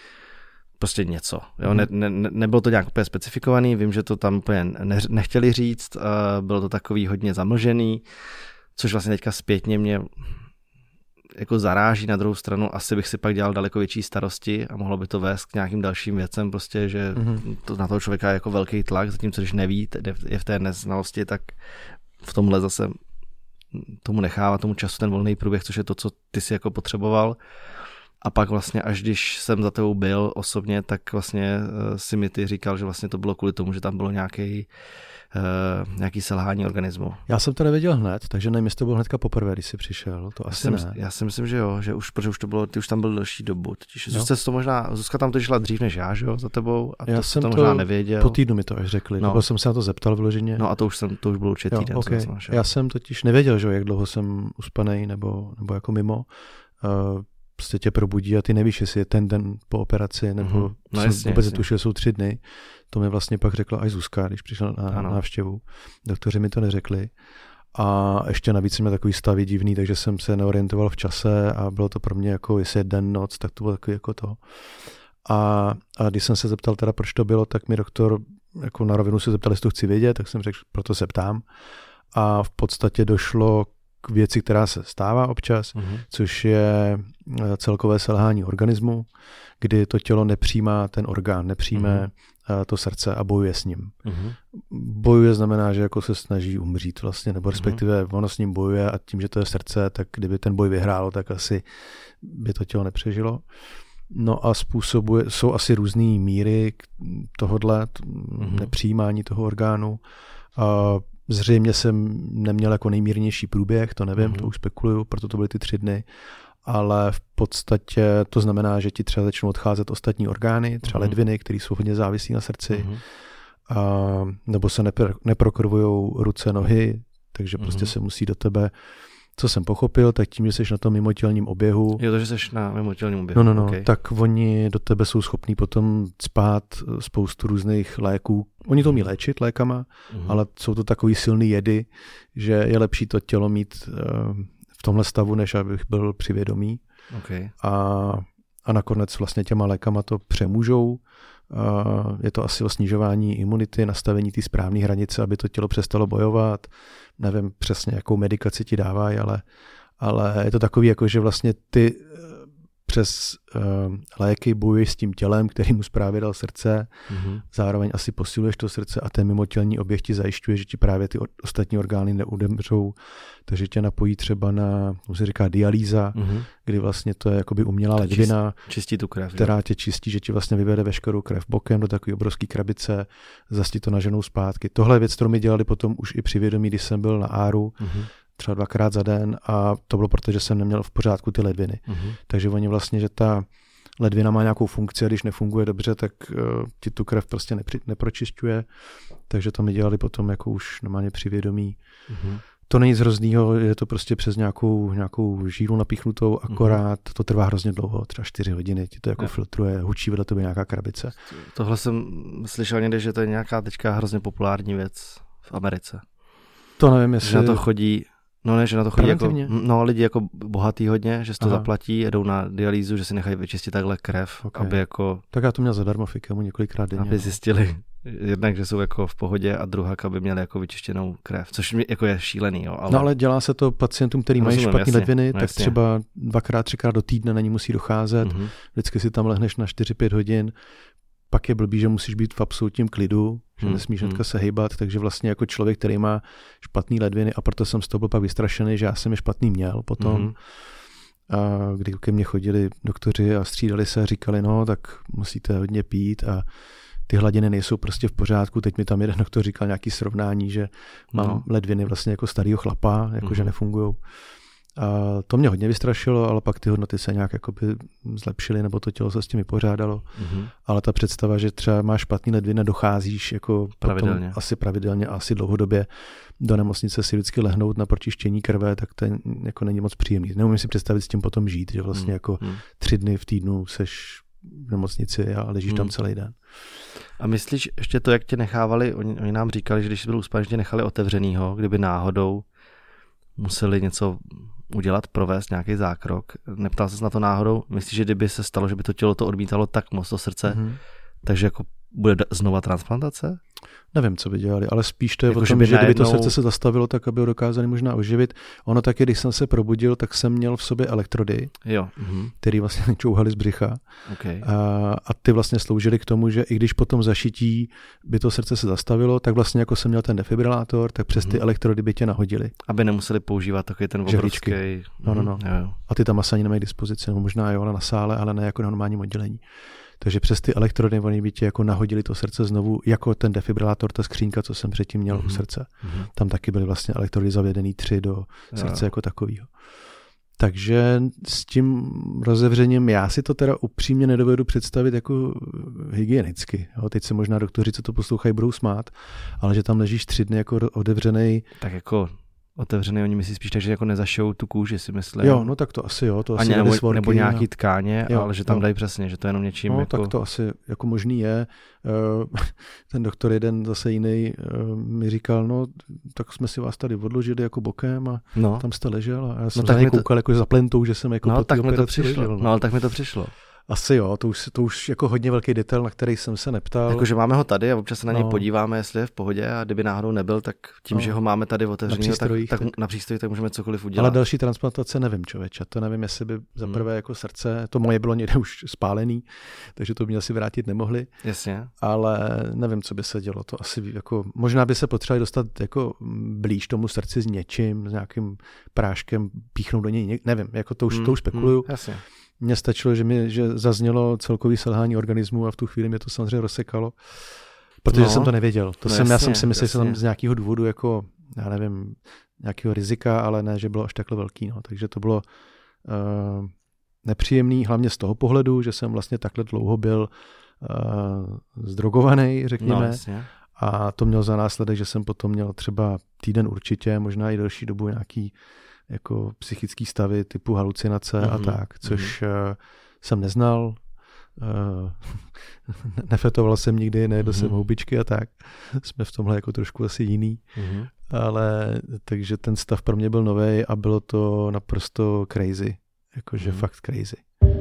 prostě něco. Jo? Ne, ne, nebylo to nějak úplně specifikovaný, vím, že to tam úplně ne, nechtěli říct, bylo to takový hodně zamlžený, což vlastně teďka zpětně mě jako zaráží. Na druhou stranu asi bych si pak dělal daleko větší starosti a mohlo by to vést k nějakým dalším věcem, prostě, že mm-hmm. to na toho člověka je jako velký tlak, zatímco když neví, je v té neznalosti, tak v tomhle zase tomu nechává tomu času ten volný průběh, což je to, co ty si jako potřeboval. A pak vlastně, až když jsem za tebou byl osobně, tak vlastně si mi ty říkal, že vlastně to bylo kvůli tomu, že tam bylo nějaký, uh, nějaký selhání organismu. Já jsem to nevěděl hned, takže nevím, jestli to bylo hnedka poprvé, když jsi přišel, to asi já ne. Si, já si myslím, že jo, že už, protože už to bylo, ty už tam byl delší dobu. Zuzka, to možná, Zuzka tam to šla dřív než já, že jo, za tebou, a já to jsem to možná nevěděl. Po týdnu mi to až řekli, no. Nebo jsem se na to zeptal vyloženě. No a to už jsem, to už byl určitě týden. Okay. Já jsem totiž nevěděl, že jak dlouho jsem uspanej nebo, nebo jako mimo. Uh, prostě tě probudí a ty nevíš, jestli je ten den po operaci, nebo mm-hmm. no jsem jasně, vůbec netušil, jsou tři dny. To mi vlastně pak řekla až Zuzka, když přišel na ano. návštěvu. Doktoři mi to neřekli. A ještě navíc jsem měl takový stavy divný, takže jsem se neorientoval v čase a bylo to pro mě jako, jestli je den, noc, tak to bylo takový jako to. A, a když jsem se zeptal teda, proč to bylo, tak mi doktor jako na rovinu se zeptal, jestli to chci vědět, tak jsem řekl, proto se ptám. A v podstatě došlo k věci, která se stává občas, mm-hmm. což je celkové selhání organismu, kdy to tělo nepřijímá ten orgán, nepřijme mm-hmm. to srdce a bojuje s ním. Mm-hmm. Bojuje znamená, že jako se snaží umřít vlastně, nebo respektive mm-hmm. ono s ním bojuje a tím, že to je srdce, tak kdyby ten boj vyhrálo, tak asi by to tělo nepřežilo. No a způsobuje, jsou asi různé míry tohodle, mm-hmm. nepřijímání toho orgánu. A zřejmě jsem neměl jako nejmírnější průběh, to nevím, mm-hmm. to už spekuluju, proto to byly ty tři dny, ale v podstatě to znamená, že ti třeba začnou odcházet ostatní orgány, třeba mm-hmm. ledviny, které jsou hodně závislí na srdci, mm-hmm. a, nebo se nepr- neprokrvujou ruce, nohy, takže mm-hmm. prostě se musí do tebe, co jsem pochopil, tak tím, že jsi na tom mimotělním oběhu. Jo, to, že jsi na mimotělním oběhu. No, no, no, okay. Tak oni do tebe jsou schopní potom cpát spoustu různých léků. Oni to umí léčit lékama, mm-hmm. ale jsou to takový silný jedy, že je lepší to tělo mít uh, v tomhle stavu, než abych byl při vědomí. Okay. A, a nakonec vlastně těma lékama to přemůžou. Uh, je to asi o snižování imunity, nastavení té správné hranice, aby to tělo přestalo bojovat. Nevím přesně, jakou medikaci ti dávají, ale, ale je to takový, jako že vlastně ty přes uh, léky bojuješ s tím tělem, který mu právě dal srdce, mm-hmm. zároveň asi posiluješ to srdce a ten mimotělní oběh ti zajišťuje, že ti právě ty ostatní orgány neudemřou, takže tě napojí třeba na, jak se říká, dialýza, mm-hmm. kdy vlastně to je jakoby umělá ledvina, čistí tu krev, která jo? tě čistí, že ti vlastně vyvede veškerou krev bokem do takové obrovské krabice, zase ti to naženou zpátky. Tohle je věc, kterou mi dělali potom už i při vědomí, když jsem byl na áru, mm-hmm. třeba dvakrát za den a to bylo proto, že jsem neměl v pořádku ty ledviny. Mm-hmm. Takže oni vlastně, že ta ledvina má nějakou funkci a když nefunguje dobře, tak uh, ti tu krev prostě nepři, nepročišťuje. Takže to mi dělali potom jako už normálně při vědomí. Mm-hmm. To není nic hroznýho, je to prostě přes nějakou, nějakou žílu napíchnutou, akorát mm-hmm. to trvá hrozně dlouho, třeba čtyři hodiny, ti to jako no. filtruje, hučí vedle tebe nějaká krabice. Tohle jsem slyšel někde, že to je nějaká teďka hrozně populární věc v Americe. To nevím, jestli... Že na to chodí... No ne, že na to chodí jako, no, lidi jako bohatý hodně, že si to Aha. zaplatí, jedou na dialýzu, že si nechají vyčistit takhle krev, okay. aby jako... Tak já to měl zadarmo v IKEMu několikrát denně. Aby zjistili jednak, že jsou jako v pohodě a druhá, aby měli jako vyčištěnou krev, což jako je šílený, jo. Ale... No ale dělá se to pacientům, který mají špatné ledviny, tak jasně. třeba dvakrát, třikrát do týdne na ní musí docházet, mm-hmm. vždycky si tam lehneš na čtyři pět hodin, pak je blbý, že musíš být v absolutním klidu, že hmm, nesmíš hnedka hmm. se hejbat, takže vlastně jako člověk, který má špatný ledviny a proto jsem z toho byl pak vystrašený, že já jsem je špatný měl potom. Hmm. A kdy ke mně chodili doktoři a střídali se a říkali, no tak musíte hodně pít a ty hladiny nejsou prostě v pořádku. Teď mi tam jeden doktor říkal nějaký srovnání, že mám no. ledviny vlastně jako starýho chlapa, jako mm-hmm. že nefungujou. A to mě hodně vystrašilo, ale pak ty hodnoty se nějak jakoby zlepšily, nebo to tělo se s tím vypořádalo. Mm-hmm. Ale ta představa, že třeba máš špatný ledviny, docházíš jako pravidelně. Potom asi pravidelně a asi dlouhodobě do nemocnice si vždycky lehnout na pročištění krve, tak to jako není moc příjemný. Neumím si představit s tím potom žít, že vlastně mm. jako mm. tři dny v týdnu seš v nemocnici a ležíš mm. tam celý den. A myslíš ještě to, jak tě nechávali, oni, oni nám říkali, že když jsi byl uspaný, že tě nechali otevřenýho, kdyby náhodou museli něco udělat, provést nějaký zákrok. Neptal ses na to náhodou? Myslíš, že kdyby se stalo, že by to tělo to odmítalo tak moc, to srdce, mm-hmm. takže jako bude znova transplantace? Nevím, co by dělali, ale spíš to je jako o tom, že, že kdyby to srdce se zastavilo, tak aby ho dokázali možná oživit. Ono taky, když jsem se probudil, tak jsem měl v sobě elektrody, jo. Mm-hmm. který vlastně čouhali z břicha. Okay. A, a ty vlastně sloužily k tomu, že i když potom zašití by to srdce se zastavilo, tak vlastně jako jsem měl ten defibrilátor, tak přes mm-hmm. ty elektrody by tě nahodili. Aby nemuseli používat takový ten obrovský... No, no, no. Mm-hmm. A ty tam asi ani nemají k dispozici, nebo možná jo, ale na sále, ale ne jako na normálním oddělení. Takže přes ty elektrody oni by tě jako nahodili to srdce znovu, jako ten defibrilátor, ta skřínka, co jsem předtím měl mm-hmm. u srdce. Mm-hmm. Tam taky byly vlastně elektrody zavědený tři do srdce jo. jako takového. Takže s tím rozevřením já si to teda upřímně nedovedu představit jako hygienicky. Jo, teď se možná doktoři, co to poslouchají, budou smát, ale že tam ležíš tři dny jako otevřenej. Tak jako otevřený, oni myslí spíš tak, že jako nezašijou tu kůži, si myslím. Jo, no tak to asi jo. To asi nebo, svorky, nebo nějaký tkáně, jo, ale že tam jo. dají přesně, že to je jenom něčím no, jako... tak to asi jako možný je. Ten doktor jeden zase jiný mi říkal, no tak jsme si vás tady odložili jako bokem a no. tam jste ležel a já jsem no, tak koukal to... jako za plentou, že jsem jako no, po tak mi to přišlo. Ležel, no. no ale tak mi to přišlo. Asi jo, to už, to už jako hodně velký detail, na který jsem se neptal. Jakože máme ho tady a občas se na něj no. podíváme, jestli je v pohodě a kdyby náhodou nebyl, tak tím, no. že ho máme tady otevřený, tak, tak, tak na přístroji, tak můžeme cokoliv udělat. Ale další transplantace nevím, člověče, to nevím, jestli by za prvé hmm. jako srdce, to moje bylo někde už spálený, takže to by asi vrátit nemohli. Jasně. Ale nevím, co by se dělo, to asi jako, možná by se potřebovali dostat jako blíž tomu srdci s něčím, s nějakým práškem, píchnout do něj, nevím, jako to už, hmm. to už spekuluju. Hmm. Jasně. Mně stačilo, že mi že zaznělo celkový selhání organismu a v tu chvíli mě to samozřejmě rozsekalo, protože no, jsem to nevěděl. To no jsem, jasně, já jsem si myslel, že jsem z nějakého důvodu jako, já nevím, nějakého rizika, ale ne, že bylo až takhle velký. No. Takže to bylo uh, nepříjemný, hlavně z toho pohledu, že jsem vlastně takhle dlouho byl uh, zdrogovaný, řekněme. No, a to mělo za následek, že jsem potom měl třeba týden určitě, možná i delší dobu nějaký jako psychický stavy typu halucinace mm-hmm. a tak, což mm-hmm. uh, jsem neznal. Uh, nefetoval jsem nikdy, nejedl mm-hmm. jsem houbičky a tak. Jsme v tomhle jako trošku asi jiný. Mm-hmm. Ale takže ten stav pro mě byl novej a bylo to naprosto crazy. Jakože mm-hmm. fakt crazy.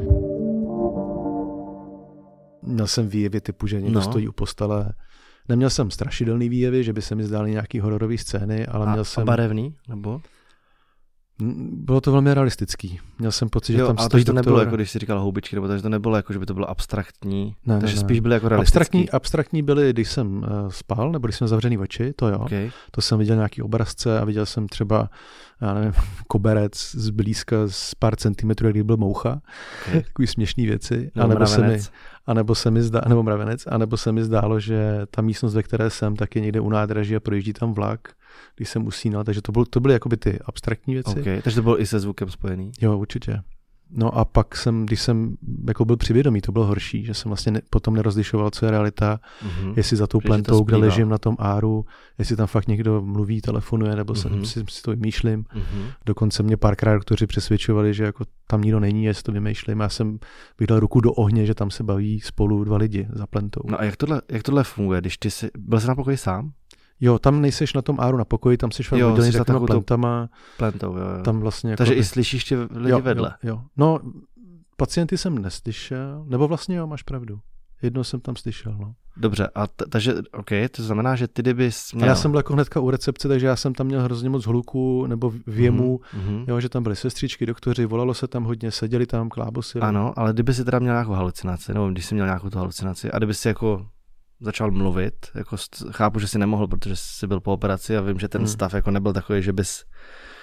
Měl jsem výjevy typu, že někdo no. stojí u postele. Neměl jsem strašidelný výjevy, že by se mi zdály nějaký hororový scény, ale a, měl jsem... A barevný? Nebo? Bylo to velmi realistický. Měl jsem pocit, jo, že tam stojí stojí to doktor. nebylo, jako když jsi říkal houbičky, nebo takže to nebylo, jako že by to bylo abstraktní, ne, takže ne, ne. spíš byly jako realistický. Abstraktní, abstraktní byly, když jsem uh, spal, nebo když jsem zavřený oči, to jo. Okay. To jsem viděl nějaký obrazce a viděl jsem třeba, já nevím, koberec zblízka z pár centimetrů, jak byl moucha. Okay. Takový směšný věci. Nebo anebo se mi, anebo se mi zdá, nebo mravenec, anebo se mi zdálo, že ta místnost, ve které jsem, tak je někde u nádraží a projíždí tam vlak, když jsem usínal, takže to, byl, to byly jakoby ty abstraktní věci. Okay, takže to bylo i se zvukem spojený? Jo, určitě. No a pak jsem, když jsem jako byl přivědomý, to bylo horší, že jsem vlastně ne, potom nerozlišoval, co je realita, mm-hmm. jestli za tou plentou, kde ležím na tom áru, jestli tam fakt někdo mluví, telefonuje, nebo mm-hmm. jsem si, si to vymýšlím. Mm-hmm. Dokonce mě párkrát doktoři přesvědčovali, že jako tam nikdo není, jestli to vymýšlím. Já jsem bych dal ruku do ohně, že tam se baví spolu dva lidi za plentou. No a jak tohle, jak tohle funguje, když ty jsi, byl jsi na pokoji sám? Jo, tam nejseš na tom áru na pokoji, tam jsi fakt oddělený takovýma plentama. Plentou, jo, jo. Tam vlastně jako takže by... i slyšíš ty lidi jo, vedle. Jo, jo. No, pacienty jsem neslyšel, nebo vlastně jo, máš pravdu. Jednou jsem tam slyšel, no. Dobře, a t- takže, OK, to znamená, že ty kdybys měl... A já jsem byl jako hnedka u recepce, takže já jsem tam měl hrozně moc hluku nebo věmu, mm-hmm. jo, že tam byly sestřičky, doktoři, volalo se tam hodně, seděli tam, klábosili. Ano, ale kdyby si teda měl nějakou halucinaci, nebo když jsi měl nějakou tu halucinaci a kdyby si jako začal mluvit, jako chápu, že si nemohl, protože jsi byl po operaci a vím, že ten hmm. stav jako nebyl takový, že bys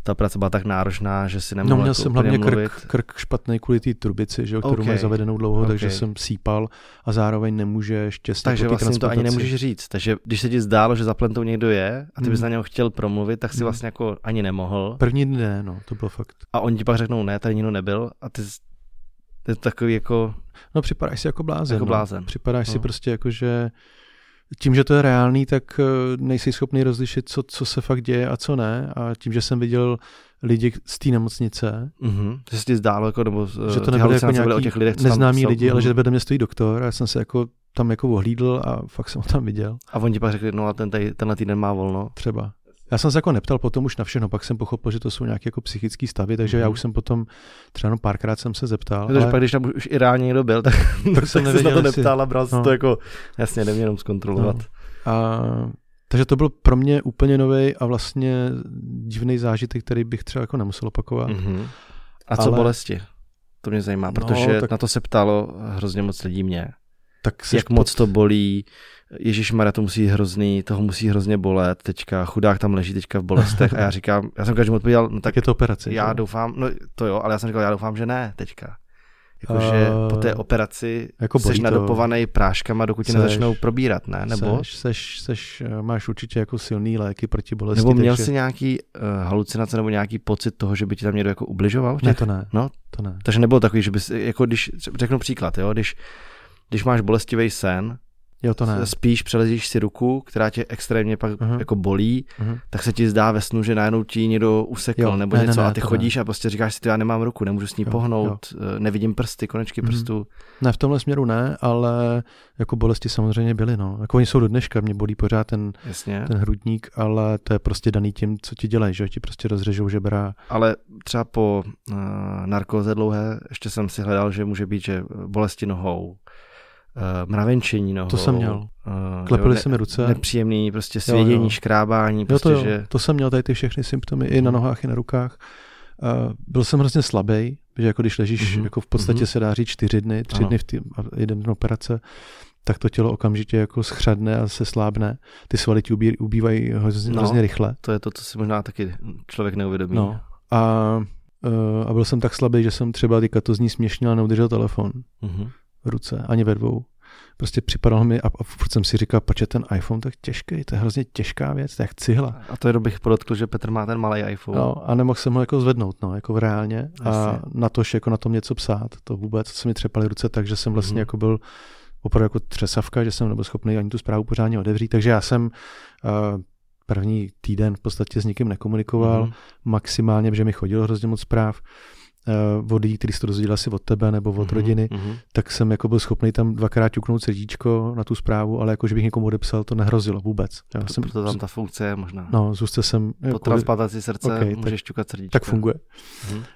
ta operace byla tak náročná, že si nemohl No měl jako jsem úplně hlavně mluvit. krk, krk špatný kvůli té trubici, že, kterou Okay. mají zavedenou dlouho, Okay. takže jsem sípal a zároveň nemůžeš těsně Takže po té vlastně to ani transplantaci. nemůžeš říct. Takže když se ti zdálo, že za plentou někdo je a ty bys Hmm. na něho chtěl promluvit, tak si Hmm. vlastně jako ani nemohl. První dny ne, no, to bylo fakt. A oni ti pak řeknou, ne, tady nikdo nebyl a ty je to takový jako... No připadáš si jako blázen. Jako no. blázen. Připadáš No. si prostě jako, že tím, že to je reálný, tak eh, nejsi schopný rozlišit, co, co se fakt děje a co ne. A tím, že jsem viděl lidi z té nemocnice, Mhm. Že se ti zdálo, jako, nebo že to ty nebyly jako halucinace byly o nějaký těch lidech, co tam neznámí jsou. lidi, ale Mhm. že vedle mě stojí doktor a já jsem se jako tam jako ohlídl a fakt jsem ho tam viděl. A oni ti pak řekli, no a ten tady, tenhle týden má volno. Třeba. Já jsem se jako neptal potom už na všechno, pak jsem pochopil, že to jsou nějaké jako psychické stavy, takže Mhm. já už jsem potom třeba jenom párkrát jsem se zeptal. Protože ale pak, když tam už i reálně někdo byl, tak, tak jsem jsem se na nevěděl, to jestli- neptal a bral si no. to jako, jasně, jdem jenom zkontrolovat. No. A, takže to byl pro mě úplně nový a vlastně divný zážitek, který bych třeba jako nemusel opakovat. Mhm. A co Ale- bolesti? To mě zajímá, No, protože tak- na to se ptalo hrozně moc lidí mě. Tak seš Jak moc to bolí, Ježišmarja, to musí hrozný, toho musí hrozně bolet, teďka chudák tam leží teďka v bolestech a já říkám, já jsem každému odpověděl, no tak, tak je to operace. já že? doufám, no to jo, ale já jsem říkal, já doufám, že ne teďka. Jakože Uh, po té operaci jako bolí jsi to. nadopovaný práškama, dokud ti Seš. nezačnou probírat, ne? Nebo, Seš, seš, seš, máš určitě jako silný léky proti bolesti. nebo měl takže... jsi nějaký uh, halucinace nebo nějaký pocit toho, že by ti tam někdo jako ubližoval? Ne, to ne. No, To ne. takže nebylo takový, že bys, jako když, řeknu příklad, jo, když, když máš bolestivý sen, Jo, to ne. spíš přelezíš si ruku, která tě extrémně pak Aha. jako bolí, Mhm. tak se ti zdá ve snu, že najednou ti někdo usekl Jo, nebo ne, něco ne, ne, a ty to chodíš a prostě říkáš si, ty já nemám ruku, nemůžu s ní Jo, pohnout, eh, nevidím prsty, konečky Mhm. prstů. Ne, v tomhle směru ne, ale jako bolesti samozřejmě byly, no. Jako oni jsou do dneška, mě bolí pořád ten, Jasně. ten hrudník, ale to je prostě daný tím, co ti dělají, že ti prostě rozřežou žebra. Ale třeba po uh, narkóze dlouhé ještě jsem si hledal, že může být, že bolesti nohou, uh, mravenčení nohou. To jsem měl. Uh, Klepily se mi ruce. Nepříjemný, prostě svědění, jo. škrábání, Jo, prostě, to, jo. že... to jsem měl tady ty všechny symptomy i na nohách, i na rukách. Uh, byl jsem hrozně slabý, že jako když ležíš, Mhm. jako v podstatě Mhm. se dá říct čtyři dny, tři Ano. dny v tý, a jeden den operace, tak to tělo okamžitě jako schřadne a se slábne. Ty svaly ti ubí, ubývají hrozně, No. hrozně rychle. To je to, co si možná taky člověk neuvědomí. No. A, uh, a byl jsem tak slabý, že jsem třeba ty katozní směšnil a neudržel telefon Mhm. v ruce, ani ve dvou. Prostě připadal mi a, a furt jsem si říkal, proč je ten iPhone tak těžký, to je hrozně těžká věc, to je jak cihla. A to jenom bych podotkl, že Petr má ten malý iPhone. No, a nemohl jsem ho jako zvednout, no, jako reálně. A Jasně. na tož jako na tom něco psát, to vůbec, se mi třepaly ruce tak, že jsem vlastně Mhm. jako byl opravdu jako třesavka, že jsem nebyl schopný ani tu zprávu pořádně otevřít, takže já jsem uh, první týden v podstatě s nikým nekomunikoval, Mhm. maximálně, že mi chodilo hrozně moc zpráv uh, od lidí, kteří se to dozvěděli asi od tebe nebo od Mhm. rodiny, Mhm. tak jsem jako byl schopný tam dvakrát ťuknout srdíčko na tu zprávu, ale jako, že bych někomu odepsal, to nehrozilo vůbec. Já Proto jsem, tam ta funkce je možná. no, zůstal jsem... Po Jako, transplantaci srdce okay, můžeš ťukat srdíčko. tak funguje. Mhm. Uh,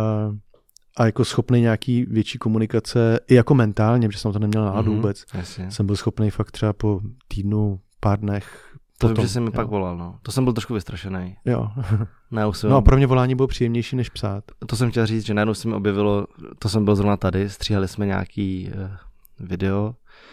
a jako schopný nějaký větší komunikace, i jako mentálně, protože jsem to neměl náladu Mhm. vůbec. Jasně. Jsem byl schopný fakt třeba po týdnu, pár dnech. To potom, vím, že jsi mi jo. pak volal, no. To jsem byl trošku vystrašený. Jo. Najednou jsem, No a pro mě volání bylo příjemnější, než psát. to jsem chtěl říct, že najednou se mi objevilo, to jsem byl zrovna tady, stříhali jsme nějaký uh, video,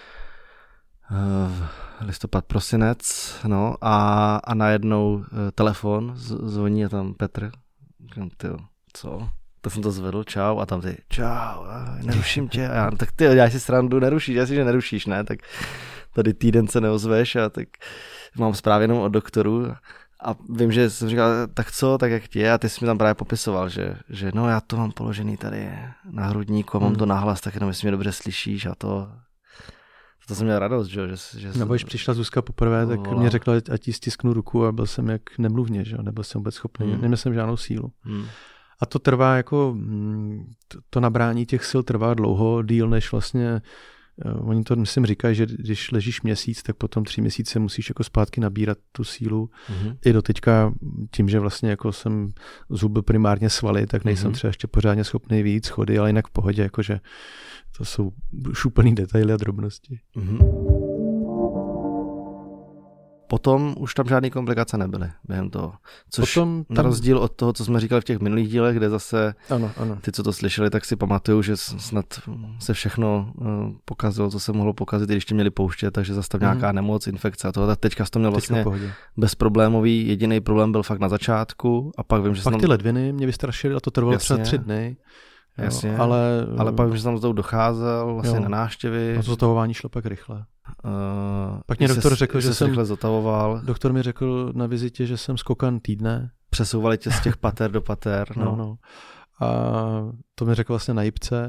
uh, listopad, prosinec, no, a, a najednou uh, telefon, z, zvoní a tam Petr, říkám, tyjo, co? Tak jsem to zvedl, čau, a tam ty, čau, a neruším tě, a já, tak ty, já si srandu, nerušíš, já si, že nerušíš, ne, tak tady týden se neozveš a tak mám zprávy jenom od doktoru a vím, že jsem říkal, tak co, tak jak ti je, a ty jsi mi tam právě popisoval, že, že no já to mám položený tady na hrudníku a mám Hmm. to nahlas, tak jenom jestli mě dobře slyšíš a to, to jsem měl radost, že, že, že Nebo když přišla Zuzka poprvé, tak volal. mě řekla, ať jí stisknu ruku a byl jsem jak nemluvně, že jo, nebyl jsem vůbec schopný, Hmm. neměl jsem žádnou sílu. Hmm. A to trvá jako, mm, to, to nabrání těch sil trvá dlouho, díl než vlastně, uh, oni to myslím říkají, že když ležíš měsíc, tak potom tři měsíce musíš jako zpátky nabírat tu sílu. Mhm. I do teďka tím, že vlastně jako jsem zhubil primárně svaly, tak nejsem Mhm. třeba ještě pořádně schopný vyjít schody, ale jinak v pohodě, jakože to jsou šuplný detaily a drobnosti. Mhm. potom už tam žádné komplikace nebyly během toho. Což potom tam... na rozdíl od toho, co jsme říkali v těch minulých dílech, kde zase ano, ano. ty, co to slyšeli, tak si pamatuju, že snad se všechno pokazilo, co se mohlo pokazit, když tě měli pouštět, takže zase tam nějaká mm. nemoc, infekce a toho. Tak teďka jsi to měl vlastně bezproblémový. Jediný problém byl fakt na začátku a pak vím, že pak tam... ty ledviny mě vystrašily a to trvalo Jasně. třeba tři dny. Jo, Jasně, ale, ale pak vím, že jsem do toho docházel vlastně jo. na návštěvy. A to zotavování šlo pak rychle. Uh, pak mě doktor řekl, že jsem... rychle zotavoval. Doktor mi řekl na vizitě, že jsem skokan týdne. Přesouvali tě z těch pater do pater. No. no, no. A to mi řekl vlastně na jipce.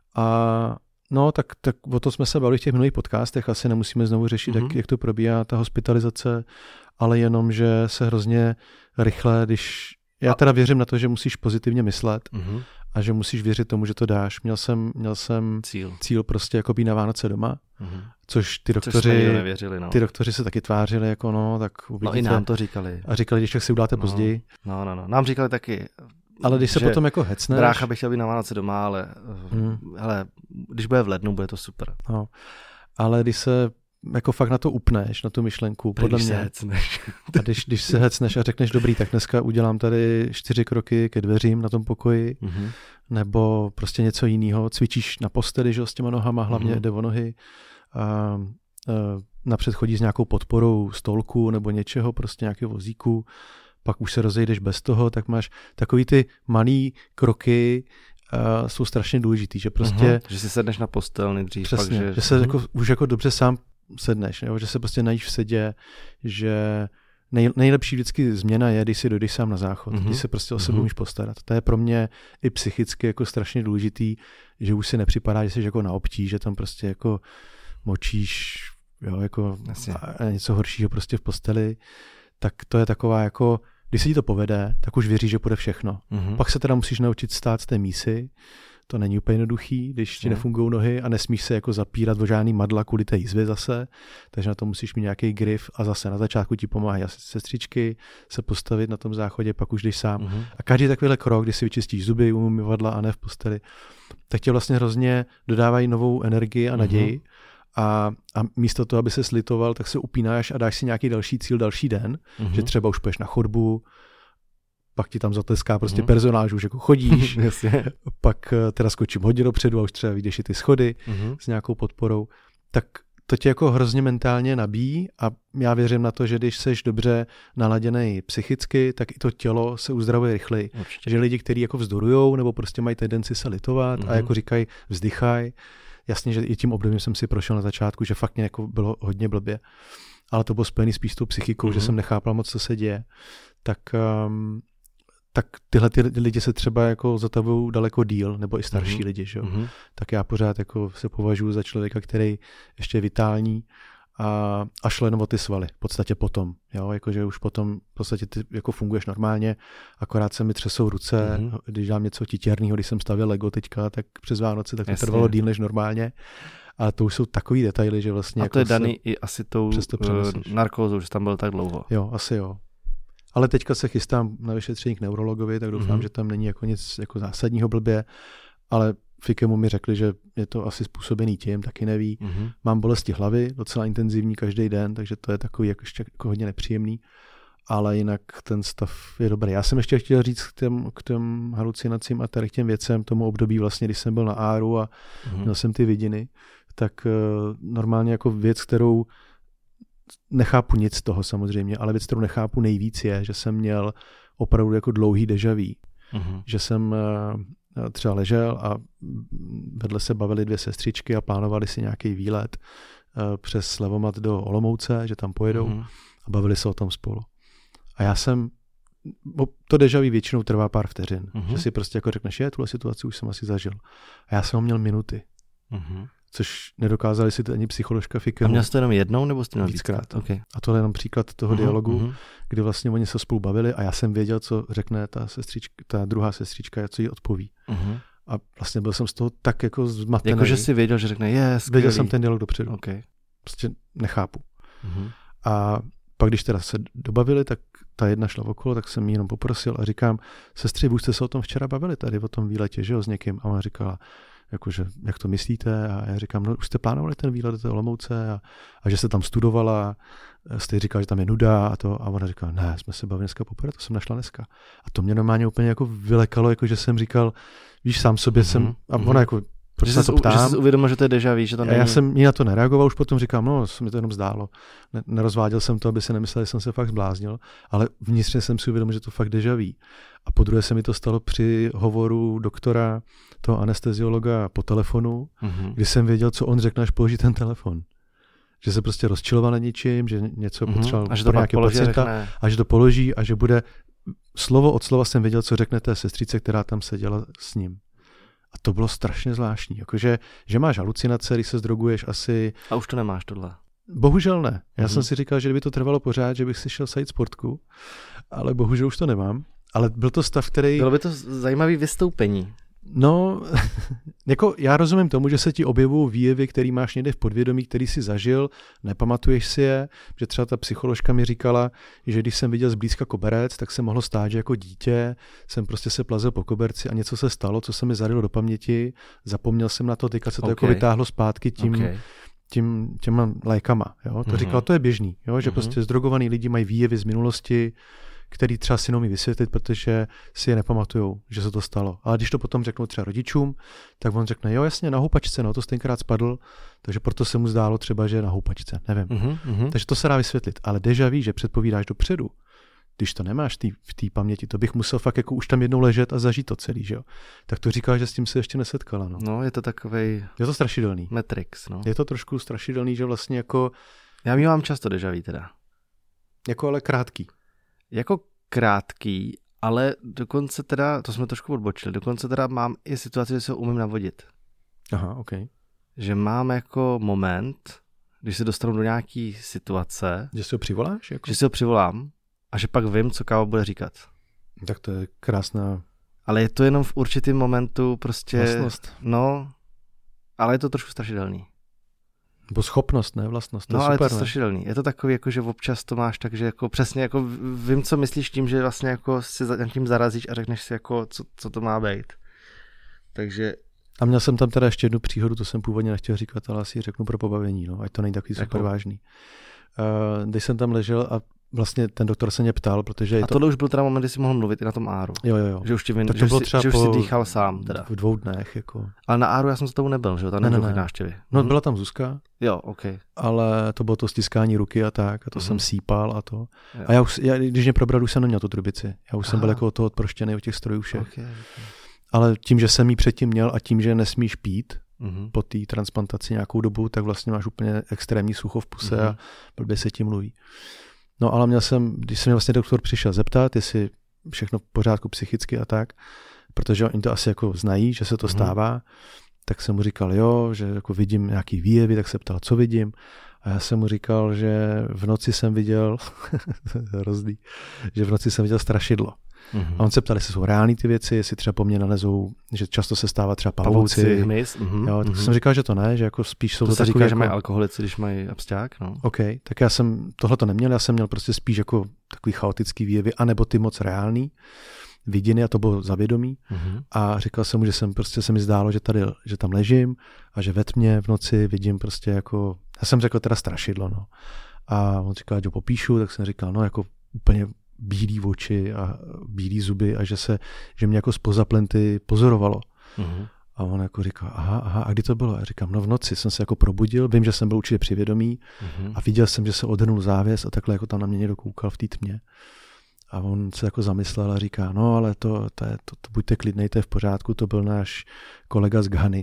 A no, tak, tak o to jsme se bavili v těch minulých podcastech. Asi nemusíme znovu řešit, mm-hmm. jak, jak to probíhá ta hospitalizace, ale jenom, že se hrozně rychle, když... Já teda věřím na to, že musíš pozitivně myslet mm-hmm. a že musíš věřit tomu, že to dáš. Měl jsem, měl jsem cíl. cíl prostě jako být na Vánoce doma, mm-hmm. což ty doktoři, což nevěřili, no. ty doktoři se taky tvářili, jako no, tak uvidíte. No i nám to říkali. A říkali, když tak si udáte no, později. No, no, no. Nám říkali taky. Ale když se potom jako hecneš. Brácha by chtěl být na Vánoce doma, ale, hmm. ale když bude v lednu, bude to super. No. Ale když se jako fakt na to upneš, na tu myšlenku, podle když mě. Se hecneš. A když, když se hecneš a řekneš, dobrý, tak dneska udělám tady čtyři kroky ke dveřím na tom pokoji, mm-hmm. nebo prostě něco jiného, cvičíš na posteli, že, s těma nohama, hlavně mm-hmm. jde o nohy, a, a napřed chodíš s nějakou podporou stolku nebo něčeho, prostě nějakého vozíku, pak už se rozejdeš bez toho, tak máš takový ty malý kroky, Uh, jsou strašně důležitý, že prostě... Uh-huh, že si sedneš na postel nejdřív. Přesně, pak, že... že se uh-huh. jako, už jako dobře sám sedneš, jo? Že se prostě najíš v sedě, že nej, nejlepší vždycky změna je, když si dojdeš sám na záchod, uh-huh. když se prostě o sebe uh-huh. umíš postarat. To je pro mě i psychicky jako strašně důležitý, že už si nepřipadá, že jsi jako na obtí, že tam prostě jako močíš, jo, jako a něco horšího prostě v posteli, tak to je taková jako... Když se ti to povede, tak už věříš, že půjde všechno. Mm-hmm. Pak se teda musíš naučit stát z té mísy. To není úplně jednoduchý, když ti mm. nefungují nohy a nesmíš se jako zapírat o žádný madla kvůli té jízvě zase. Takže na to musíš mít nějaký grif a zase na začátku ti pomáhají sestřičky se postavit na tom záchodě, pak už jdeš sám. Mm-hmm. A každý takovýhle krok, když si vyčistíš zuby, umyvadla a ne v posteli, tak tě vlastně hrozně dodávají novou energii a naději. Mm-hmm. A, a místo toho, aby se slitoval, tak se upínáš a dáš si nějaký další cíl další den, mm-hmm. že třeba už půjdeš na chodbu, pak ti tam zatleská prostě mm-hmm. personál, že už jako chodíš, pak teda skočím hodně dopředu a už třeba vyjdeš i ty schody mm-hmm. s nějakou podporou, tak to tě jako hrozně mentálně nabíjí a já věřím na to, že když seš dobře naladěnej psychicky, tak i to tělo se uzdravuje rychleji. Určitě. Že lidi, kteří jako vzdorujou nebo prostě mají tendenci se litovat mm-hmm. a jako říkají vzdychaj. Jasně, že i tím obdobím jsem si prošel na začátku, že fakt mě jako bylo hodně blbě, ale to bylo spojený spíš s tou psychikou, mm-hmm. že jsem nechápal moc, co se děje. Tak, um, tak tyhle ty lidi se třeba jako zatavují daleko díl, nebo i starší mm-hmm. lidi, že? Mm-hmm. Tak já pořád jako se považuji za člověka, který ještě je vitální a, a šlo jenom o ty svaly, v podstatě potom, jo, jakože už potom v podstatě ty jako funguješ normálně, akorát se mi třesou ruce, mm-hmm. když dám něco titěrného, když jsem stavěl Lego teďka, tak přes Vánoce, tak to Jasně. trvalo díl než normálně, a to už jsou takový detaily, že vlastně... A jako to je daný i asi tou narkózou, že tam byl tak dlouho. Jo, asi jo. Ale teďka se chystám na vyšetření k neurologovi, tak doufám, mm-hmm. že tam není jako nic jako zásadního blbě, ale Fikemu mi řekli, že je to asi způsobený tím, taky neví. Mm-hmm. Mám bolesti hlavy, docela intenzivní každý den, takže to je takový jako ještě jako hodně nepříjemný, ale jinak ten stav je dobrý. Já jsem ještě chtěl říct k těm, k těm halucinacím a tady k těm věcem, tomu období vlastně, když jsem byl na Áru a mm-hmm. měl jsem ty vidiny, tak uh, normálně jako věc, kterou nechápu nic z toho samozřejmě, ale věc, kterou nechápu nejvíc je, že jsem měl opravdu jako dlouhý déjà vu. Mm-hmm. Že jsem uh, třeba ležel a vedle se bavili dvě sestřičky a plánovali si nějaký výlet uh, přes Slevomat do Olomouce, že tam pojedou mm-hmm. a bavili se o tom spolu. A já jsem, to déjà vu většinou trvá pár vteřin, mm-hmm. že si prostě jako řekneš, je, tuhle situaci už jsem asi zažil. A já jsem ho měl minuty. Mm-hmm. Což nedokázali si to ani psycholožka Fikemu. A měl jsi to jenom jednou, nebo jsi to měl víckrát? víckrát? Okay. A tohle je jenom příklad toho uh-huh, dialogu, uh-huh. kdy vlastně oni se spolu bavili a já jsem věděl, co řekne ta sestřička, ta druhá sestřička, co jí odpoví. Uh-huh. A vlastně byl jsem z toho tak jako zmatený. Jakože jsi věděl, že řekne, je, skvělý. Věděl jsem ten dialog dopředu. Okay. Prostě nechápu. Uh-huh. A pak, když teda se dobavili, tak ta jedna šla okolo, tak jsem jí jenom poprosil a říkám, sestři, vy jste se o tom včera bavili tady, o tom výletě, že jo, s někým? A ona říkala, jakože, jak to myslíte? A já říkám, no už jste plánovali ten výlet do té Olomouce a, a že jste tam studovala, jste říkal, že tam je nuda a to. A ona říká, ne, jsme se bavili dneska poprvé, to jsem našla dneska. A to mě normálně úplně jako vylekalo, jako že jsem říkal, víš, sám sobě mm-hmm. jsem, a ona jako, proč se to ptám. Že jsi uvědomil, že to je déjà vu, že to není. A já jsem jí na to nereagoval, už potom říkám, no, se mi to jenom zdálo. Ne, nerozváděl jsem to, aby se nemyslel, že jsem se fakt zbláznil, ale vnitřně jsem si uvědomil, že to fakt déjà vu. A po druhé se mi to stalo při hovoru doktora, toho anesteziologa po telefonu, mm-hmm. kdy jsem věděl, co on řekne, až položí ten telefon. Že se prostě rozčiloval na něčím, že něco mm-hmm. potřeboval a že to nějakého pacienta řekne. A že to položí a že bude slovo od slova jsem věděl, co řekne té sestřice, která tam seděla s ním. A to bylo strašně zvláštní. Jakože, že máš halucinace, když se zdroguješ asi... A už to nemáš tohle. Bohužel ne. Já mm-hmm. jsem si říkal, že kdyby to trvalo pořád, že bych si šel sajít sportku, ale bohužel už to nemám. Ale byl to stav, který... Bylo by to zajímavé vystoupení. No, jako já rozumím tomu, že se ti objevují výjevy, který máš někde v podvědomí, který si zažil, nepamatuješ si je, že třeba ta psycholožka mi říkala, že když jsem viděl zblízka koberec, tak se mohlo stát, že jako dítě jsem prostě se plazil po koberci a něco se stalo, co se mi zarylo do paměti, zapomněl jsem na to, teďka se to okay. jako vytáhlo zpátky tím, okay. tím, těma lékama. Jo? To mm-hmm. říkala, to je běžný, jo? Že mm-hmm. prostě zdrogovaný lidi mají výjevy z minulosti, který třeba si neumí vysvětlit, protože si je nepamatujou, že se to stalo. Ale když to potom řeknou třeba rodičům, tak on řekne, jo jasně, na houpačce, no to tenkrát spadl, takže proto se mu zdálo třeba, že je na houpačce, nevím. Mm-hmm. Takže to se dá vysvětlit. Ale déjà vu, že předpovídáš dopředu, když to nemáš tý, v té paměti, to bych musel fakt jako už tam jednou ležet a zažít to celý, že jo. Tak to říká, že s tím se ještě nesetkala. No, no je to takovej... Je to strašidelný. Matrix, no. Je to trošku strašidelný, že vlastně jako... Já mívám často déjà vu teda. Jako ale krátký. Jako krátký, ale dokonce teda, to jsme trošku odbočili, dokonce teda mám i situaci, že se ho umím navodit. Aha, ok. Že mám jako moment, když se dostanu do nějaký situace. Že si ho přivoláš? Jako? Že si ho přivolám a že pak vím, co káva bude říkat. Tak to je krásná... Ale je to jenom v určitém momentu prostě... Vlastnost. No, ale je to trošku strašidelný. Nebo schopnost, ne vlastnost. To no, je ale super, je to strašidelný. Je to takový, jako, že občas to máš tak, že jako přesně jako vím, co myslíš tím, že vlastně jako si tím zarazíš a řekneš si, jako, co, co to má být. Takže... A měl jsem tam teda ještě jednu příhodu, to jsem původně nechtěl říkat, ale asi řeknu pro pobavení, no, ať to není takový super vážný. Uh, když jsem tam ležel a vlastně ten doktor se mě ptal, protože... A to... tohle už byl teda moment, kdy jsi mohl mluvit i na tom áru. Jo, jo, jo. Že už, ti vin... tak to že bylo jsi, třeba že už po... jsi dýchal sám teda. V dvou dnech, jako. Ale na áru já jsem s tebou nebyl, že jo? Tam ne, nebyl ne, ne. návštěvy. No, hm. byla tam Zuzka. Jo, ok. Ale to bylo to stiskání ruky a tak, a to mm-hmm. jsem sípal a to. Jo. A já už, já, když mě probral, už jsem neměl tu trubici. Já už Aha. jsem byl jako toho odproštěný od těch strojů všech. Okay, okay. Ale tím, že jsem ji předtím měl a tím, že nesmíš pít mm-hmm. po té transplantaci nějakou dobu, tak vlastně máš úplně extrémní sucho v puse mm-hmm. a blbě se tím mluví. No ale měl jsem, když se mě vlastně doktor přišel zeptat, jestli všechno v pořádku psychicky a tak, protože oni to asi jako znají, že se to mm-hmm. stává, tak jsem mu říkal, jo, že jako vidím nějaký výjevy, tak se ptal, co vidím. A já jsem mu říkal, že v noci jsem viděl, rozdý, že v noci jsem viděl strašidlo. Mm-hmm. A on se ptal, jestli jsou reální ty věci, jestli třeba po mně nalezou, že často se stává třeba pavouci. Pavouci, hmyz. Mm-hmm. Jo, tak mm-hmm. jsem říkal, že to ne, že jako spíš jsou to, to se takový říká, jako... že mají alkoholici, když mají absťák, no. OK, tak já jsem tohle to neměl, já jsem měl prostě spíš jako takový chaotický výjevy, anebo ty moc reální viděny a to bylo zavědomí. Mm-hmm. A říkal jsem mu, že jsem prostě se mi zdálo, že tady, že tam ležím a že ve tmě v noci vidím prostě jako, já jsem řekl teda strašidlo, no. A on říkal, že ho popíšu, tak jsem říkal, no jako úplně bílý oči a bílý zuby a že se, že mě jako zpoza plenty pozorovalo. Mm-hmm. A on jako říkal, aha, aha, a kdy to bylo? A já říkám, no v noci jsem se jako probudil, vím, že jsem byl určitě při vědomí mm-hmm. a viděl jsem, že se odhrnul závěs a takhle jako tam na mě někdo koukal v té tmě. A on se jako zamyslel a říká, no ale to, to, je, to, to buďte klidnej, to je v pořádku, to byl náš kolega z Ghany.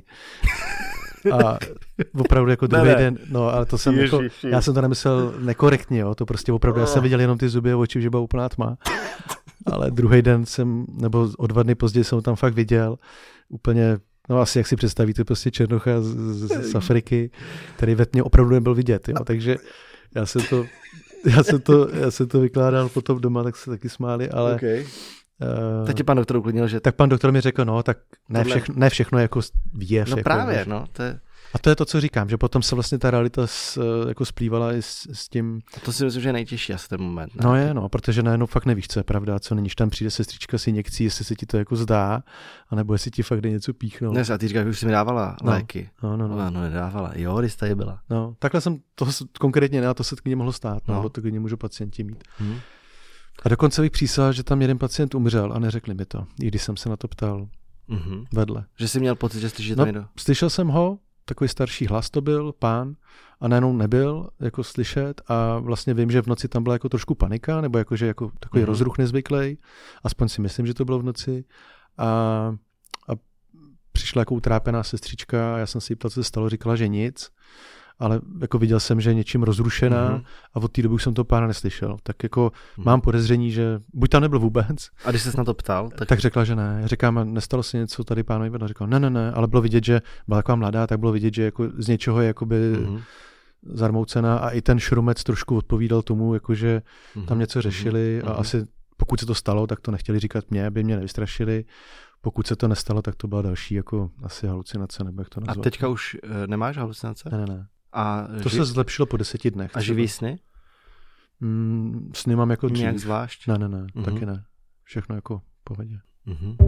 A opravdu jako druhý ne, den, no ale to jsem Ježiši. jako, já jsem to nemyslel nekorektně, jo, to prostě opravdu, já jsem viděl jenom ty zuby a oči, že byla úplná tma. Ale druhý den jsem, nebo o dva dny později jsem ho tam fakt viděl, úplně, no asi jak si představíte, prostě černocha z, z, z Afriky, který ve tmě opravdu nebyl vidět, jo, takže já jsem to, já jsem to, já jsem to vykládal potom doma, tak se taky smáli, ale... Okay. Uh, tak ti pan doktor uklidnil, že... Tak pan doktor mi řekl, no, tak ne všechno, ne všechno je jako výjev. No jako, právě, no, to je... A to je to, co říkám, že potom se vlastně ta realita s, jako splývala i s, s tím. A to si myslím, že je nejtěžší asi ten moment. Ne? No je, no, protože najednou fakt nevíš, co je pravda, co není, že tam přijde sestřička s injekcí, jestli se ti to jako zdá, anebo jestli ti fakt jde něco píchnout. Ne, a ty říkáš, že už jsi mi dávala no. léky. No, no, no. No, no, nedávala. Jo, když tady byla. No, takhle jsem to konkrétně ne, a to se klidně mohlo stát, no, no. to klidně můžu pacienti mít. Hmm. A dokonce bych přísahal, že tam jeden pacient umřel a neřekli mi to, i když jsem se na to ptal Mm-hmm. vedle. Že jsi měl pocit, že slyšíš no, to někdo? Slyšel jsem ho, takový starší hlas to byl, pán, a najednou nebyl jako slyšet a vlastně vím, že v noci tam byla jako trošku panika, nebo jako, že jako takový mm-hmm. rozruch nezvyklý, aspoň si myslím, že to bylo v noci a, a přišla jako utrápená sestřička a já jsem si jí ptal, co se stalo, říkala, že nic, ale jako viděl jsem, že je něčím rozrušená mm-hmm. a od té doby už jsem toho pána neslyšel. Tak jako mm-hmm. mám podezření, že buď tam nebyl vůbec. A když ses na to ptal? Tak, tak řekla, že ne. Říkám, nestalo se něco tady pánovi vedle. Říkal, ne, ne, ne, ale bylo vidět, že byla taková mladá, tak bylo vidět, že jako z něčeho je jakoby mm-hmm. zarmoucená a i ten šrumec trošku odpovídal tomu, jakože mm-hmm. tam něco řešili mm-hmm. a asi pokud se to stalo, tak to nechtěli říkat mě, aby mě nevystrašili. Pokud se to nestalo, tak to byla další jako asi halucinace, nebo jak to nazvat. A teďka už uh, nemáš halucinace? Ne, ne, ne. A to ži... se zlepšilo po deseti dnech. A živý sny? Mm, sny mám jako dřív. Nějak zvlášť? Ne, ne, ne, uh-huh. taky ne. Všechno jako v pohodě. Uh-huh.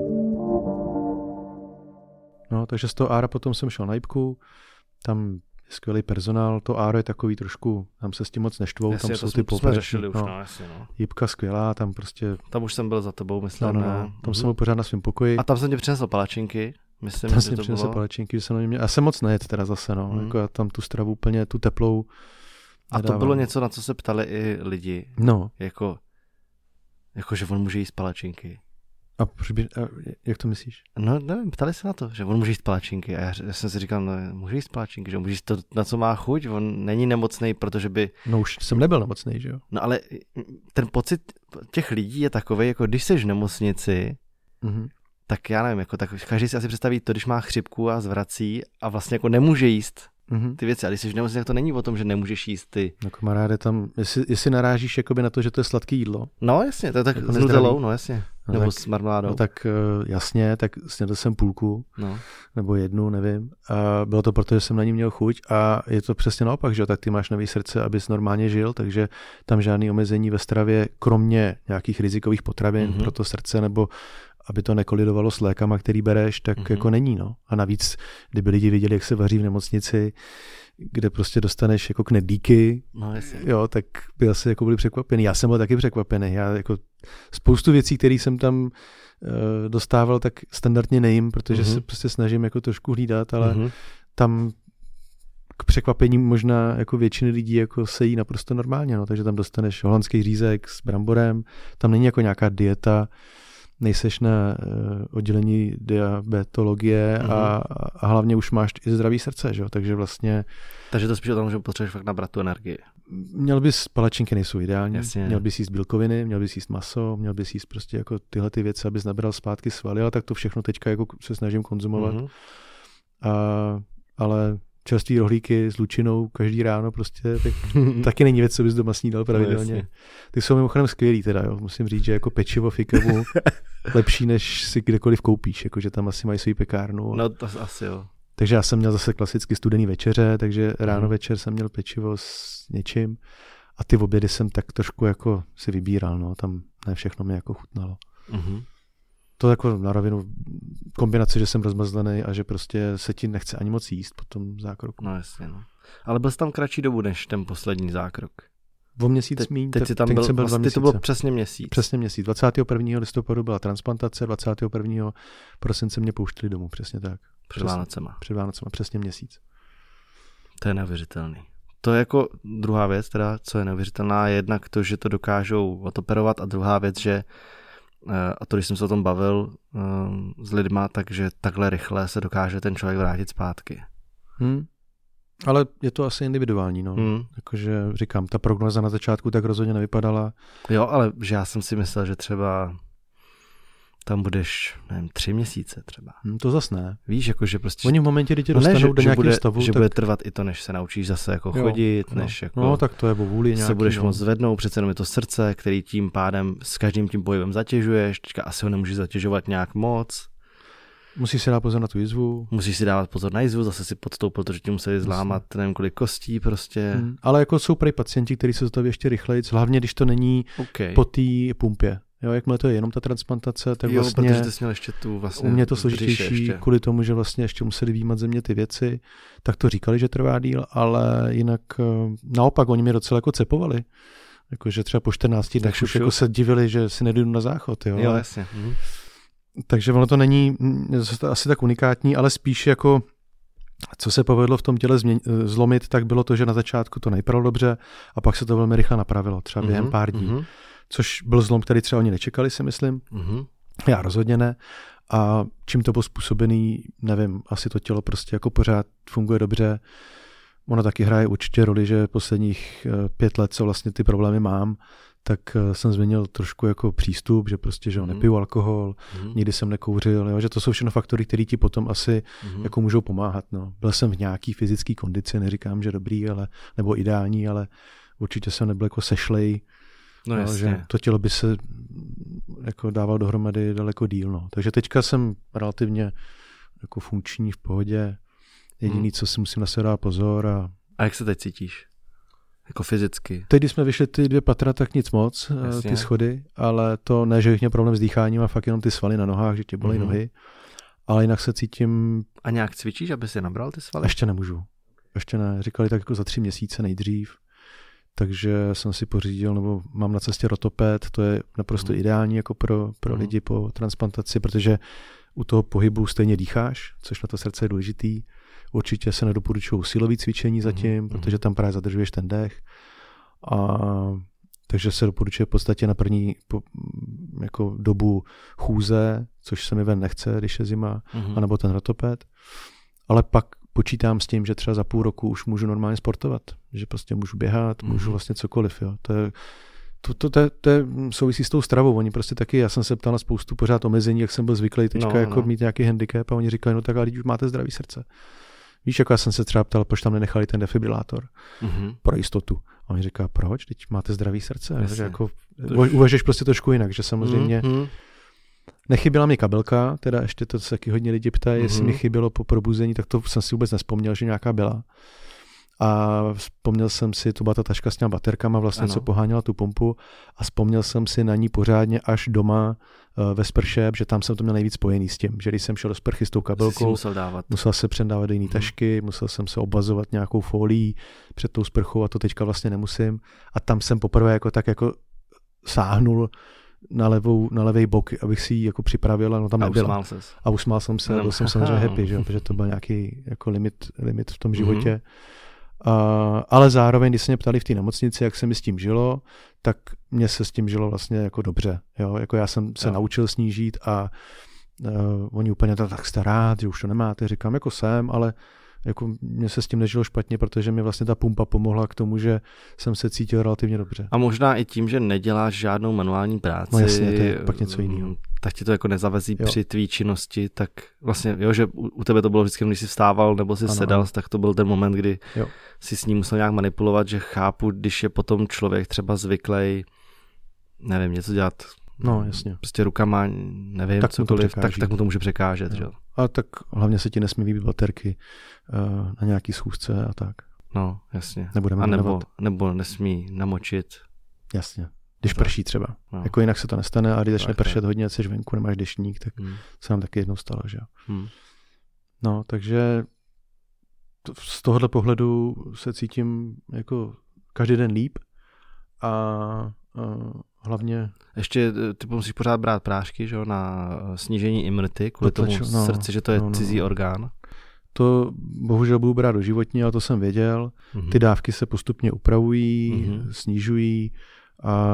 No, takže z toho Ára potom jsem šel na Jipku, tam je skvělý personál, to Áro je takový trošku, tam se s tím moc neštvou, jasně, tam jsou jsme, ty popřešní. No, no, no. Jipka skvělá, tam prostě... Tam už jsem byl za tebou, myslím. No, no, no. Tam uh-huh. jsem byl pořád na svém pokoji. A tam jsem ti přinesl palačinky. Myslím, tam že jsem to přinesl bylo... palačinky, že jsem na ně měl. Já jsem moc nejet teda zase, no. Hmm. Jako já tam tu stravu úplně, tu teplou A nedávám. To bylo něco, na co se ptali i lidi. No. Jako, jako že on může jíst palačinky. A, a jak to myslíš? No nevím, ptali se na to, že on může jíst palačinky. A já, já jsem si říkal, no může jíst palačinky, že může jíst to, na co má chuť. On není nemocnej, protože by... No už jsem nebyl nemocnej, že jo? No ale ten pocit těch lidí je takovej, jako když jsi v nemocnici, mm-hmm. tak já nevím, jako tak každý si asi představí to, když má chřipku a zvrací a vlastně jako nemůže jíst mm-hmm. ty věci. A když jsi v nemocnici, tak to není o tom, že nemůžeš jíst ty. No kamaráde, tam, jestli, jestli narážíš jakoby na to, že to je sladké jídlo. No jasně, to je tak jako s nutelou, no jasně. No, nebo tak, s marmeládou. No tak jasně, tak snědl jsem půlku, no. nebo jednu, nevím. A bylo to proto, že jsem na ní měl chuť a je to přesně naopak, že jo, tak ty máš nový srdce, abys normálně žil, takže tam žádný omezení ve stravě, kromě nějakých rizikových potravin mm-hmm. pro to srdce, nebo aby to nekolidovalo s lékama, který bereš, tak mm-hmm. jako není, no. A navíc, kdyby lidi viděli, jak se vaří v nemocnici, kde prostě dostaneš jako knedlíky, no, jo, tak by asi jako byli překvapený. Já jsem byl taky překvapený. Já jako spoustu věcí, které jsem tam uh, dostával, tak standardně nejím, protože mm-hmm. se prostě snažím jako trošku hlídat, ale mm-hmm. tam k překvapení možná jako většiny lidí jako se jí naprosto normálně, no. Takže tam dostaneš holandský řízek s bramborem, tam není jako nějaká dieta, nejseš na uh, oddělení diabetologie mm-hmm. a, a hlavně už máš i zdravý srdce, že jo? Takže vlastně... Takže to spíš o tom, že potřebuješ fakt nabrat tu energii. Měl bys, palačinky nejsou ideální, jasně. Měl bys jíst bílkoviny, měl bys jíst maso, měl bys jíst prostě jako tyhle ty věci, abys nabral zpátky svaly, ale tak to všechno teďka jako se snažím konzumovat. Mm-hmm. A, ale čerstvý rohlíky s lučinou každý ráno prostě, tak taky není věc, co bys doma snídal pravidelně. No, ty jsou mimochodem skvělý teda, jo. Musím říct, že jako pečivo v IKEMu lepší, než si kdekoliv koupíš, jakože tam asi mají svou pekárnu. No to asi jo. Takže já jsem měl zase klasicky studený večeře, takže ráno hmm. večer jsem měl pečivo s něčím a ty obědy jsem tak trošku jako si vybíral, no, tam ne všechno mi jako chutnalo. Hmm. To jako na rovinu kombinace, že jsem rozmazlený a že prostě se ti nechce ani moc jíst po tom zákroku. No jasně, no. Ale byl jsi tam kratší dobu než ten poslední zákrok. O měsíc míň. Teď, teď jsi tam byl, byl vlastně to bylo přesně měsíc. Přesně měsíc. dvacátého prvního listopadu byla transplantace, dvacátého prvního prosince mě pouštili domů, přesně tak. Před Vánocema. Před Vánocema, přesně měsíc. To je neuvěřitelný. To je jako druhá věc, teda, co je neuvěřitelná, je jednak to, že to dokážou odoperovat a druhá věc, že a to, když jsem se o tom bavil um, s lidma, takže takhle rychle se dokáže ten člověk vrátit zpátky. Hmm. Ale je to asi individuální, no. Hmm. Jakože říkám, ta prognoza na začátku tak rozhodně nevypadala. Jo, ale že já jsem si myslel, že třeba tam budeš, nevím, tři měsíce třeba. Hmm, to zas ne. Víš, jakože prostě... Oni v momentě, kdy tě dostanou no ne, že, do nějakého stavu, že tak... bude trvat i to, než se naučíš zase jako jo, chodit, no, než jako... No, tak to je o vůli nějaký. Se budeš no. moc zvednout, přece jenom je to srdce, který tím pádem s každým tím pohybem zatěžuješ, teďka asi ho nemůžeš zatěžovat nějak moc. Musíš si dát pozor na tu jizvu. Musíš si dávat pozor na jizvu, zase si podstoupil, protože ti museli zlámat nevím kolik kostí prostě. Hmm. Ale jako jsou prej pacienti, kteří se zbaví ještě rychleji, hlavně když to není okay. po té pumpě. Jo, jakmile to je jenom ta transplantace, tak jo, vlastně... protože ty jsi měl ještě tu vlastně... U mě to složitější kvůli tomu, že vlastně ještě museli výjímat ze mě ty věci, tak to říkali, že trvá díl, ale jinak naopak oni mě docela jako cepovali. Jakože třeba po čtrnácti dnech už jako se divili, že si nejdu na záchod. Jo, jo jasně. Mhm. Takže ono to není to asi tak unikátní, ale spíš jako co se povedlo v tom těle změn, zlomit, tak bylo to, že na začátku to nejprve dobře a pak se to velmi rychle napravilo, třeba během mm-hmm, pár dní. Mm-hmm. Což byl zlom, který třeba oni nečekali, si myslím. Mm-hmm. Já rozhodně ne. A čím to bylo způsobený, nevím, asi to tělo prostě jako pořád funguje dobře. Ono taky hraje určitě roli, že posledních pět let, co vlastně ty problémy mám, tak jsem změnil trošku jako přístup, že prostě, že mm-hmm. nepiju alkohol, mm-hmm. nikdy jsem nekouřil, jo, že to jsou všechno faktory, které ti potom asi mm-hmm. jako můžou pomáhat. No. Byl jsem v nějaký fyzické kondici, neříkám, že dobrý, ale, nebo ideální, ale určitě jsem nebyl jako sešlej. No, no, že to tělo by se jako dával dohromady daleko díl. No. Takže teďka jsem relativně jako funkční, v pohodě. Jediný, hmm. co si musím na sebe dát pozor. A... a jak se teď cítíš? Jako fyzicky? Teď, když jsme vyšli ty dvě patra, tak nic moc, Jasně. ty schody, ale to ne, že bych měl problém s dýcháním a fakt jenom ty svaly na nohách, že tě bolí hmm. nohy. Ale jinak se cítím... A nějak cvičíš, aby si nabral ty svaly? Ještě nemůžu. Ještě ne. Říkali tak jako za tři měsíce nejdřív. Takže jsem si pořídil, nebo mám na cestě rotoped, to je naprosto mm. ideální jako pro, pro mm. lidi po transplantaci, protože u toho pohybu stejně dýcháš, což na to srdce je důležitý. Určitě se nedoporučují silový cvičení zatím, mm. protože tam právě zadržuješ ten dech. A, takže se doporučuje v podstatě na první po, jako dobu chůze, což se mi ven nechce, když je zima, mm. anebo ten rotoped. Ale pak počítám s tím, že třeba za půl roku už můžu normálně sportovat, že prostě můžu běhat, mm. můžu vlastně cokoliv. Jo. To, je, to, to, to, to je souvisí s tou stravou. Oni prostě taky, já jsem se ptal na spoustu pořád omezení, jak jsem byl zvyklý teďka no, jako no. mít nějaký handicap a oni říkali, no tak ale už máte zdravý srdce. Víš, jako já jsem se třeba ptal, proč tam nenechali ten defibrilátor mm-hmm. pro jistotu. A oni říká, proč? Teď máte zdravý srdce. Takže jako, uvažuješ prostě trošku jinak, že samozřejmě mm-hmm. Nechyběla mi kabelka, teda ještě to se taky hodně lidi ptají, mm-hmm. jestli mi chybělo po probuzení, tak to jsem si vůbec nespomněl, že nějaká byla. A vzpomněl jsem si, to byla ta taška s těma baterkama, vlastně, ano. co poháněla tu pumpu a vzpomněl jsem si na ní pořádně až doma uh, ve sprše, že tam jsem to měl nejvíc spojený s tím, že když jsem šel do sprchy s tou kabelkou, musel, dávat. musel se předávat do jiný mm-hmm. tašky, musel jsem se obvazovat nějakou folií před tou sprchou a to teďka vlastně nemusím. A tam jsem poprvé jako tak jako sáhnul na levou, na levej bok, abych si ji jako připravil, no tam a nebyla. Usmál ses. A usmál jsem se, byl jsem samozřejmě happy, že? Protože to byl nějaký jako limit, limit v tom životě. Mm-hmm. Uh, ale zároveň, když se mě ptali v té nemocnici, jak se mi s tím žilo, tak mě se s tím žilo vlastně jako dobře. Jo? Jako já jsem se jo. naučil snížit a uh, oni úplně to tak jste rád, že už to nemáte. Říkám, jako jsem, ale jako mně se s tím nežilo špatně, protože mi vlastně ta pumpa pomohla k tomu, že jsem se cítil relativně dobře. A možná i tím, že neděláš žádnou manuální práci, no jasně, to je pak něco jiného. Tak ti to jako nezavezí jo. při tvý činnosti, tak vlastně, jo, že u, u tebe to bylo vždycky, když jsi vstával nebo jsi ano, sedal, ano. tak to byl ten moment, kdy jo. si s ním musel nějak manipulovat, že chápu, když je potom člověk třeba zvyklej, nevím, něco dělat, no jasně. prostě rukama, nevím, tak cokoliv, tak, tak mu to může překážet. Že? A tak hlavně se ti nesmí líbit baterky uh, na nějaký schůzce a tak. No, jasně. Nebudeme a nebo, nebo nesmí namočit. Jasně. Když tak. prší třeba. No. Jako jinak se to nestane, a když začne pršet hodně, a jsi venku, nemáš deštník, tak hmm. se nám taky jednou stalo, že hmm. No, takže to, z tohohle pohledu se cítím jako každý den líp a, a hlavně... Ještě ty musíš pořád brát prášky, že jo, na snížení imunity, kvůli tomu no, srdci, že to je no, no, cizí orgán. To bohužel budu brát doživotně, ale to jsem věděl. Mm-hmm. Ty dávky se postupně upravují, mm-hmm. snižují a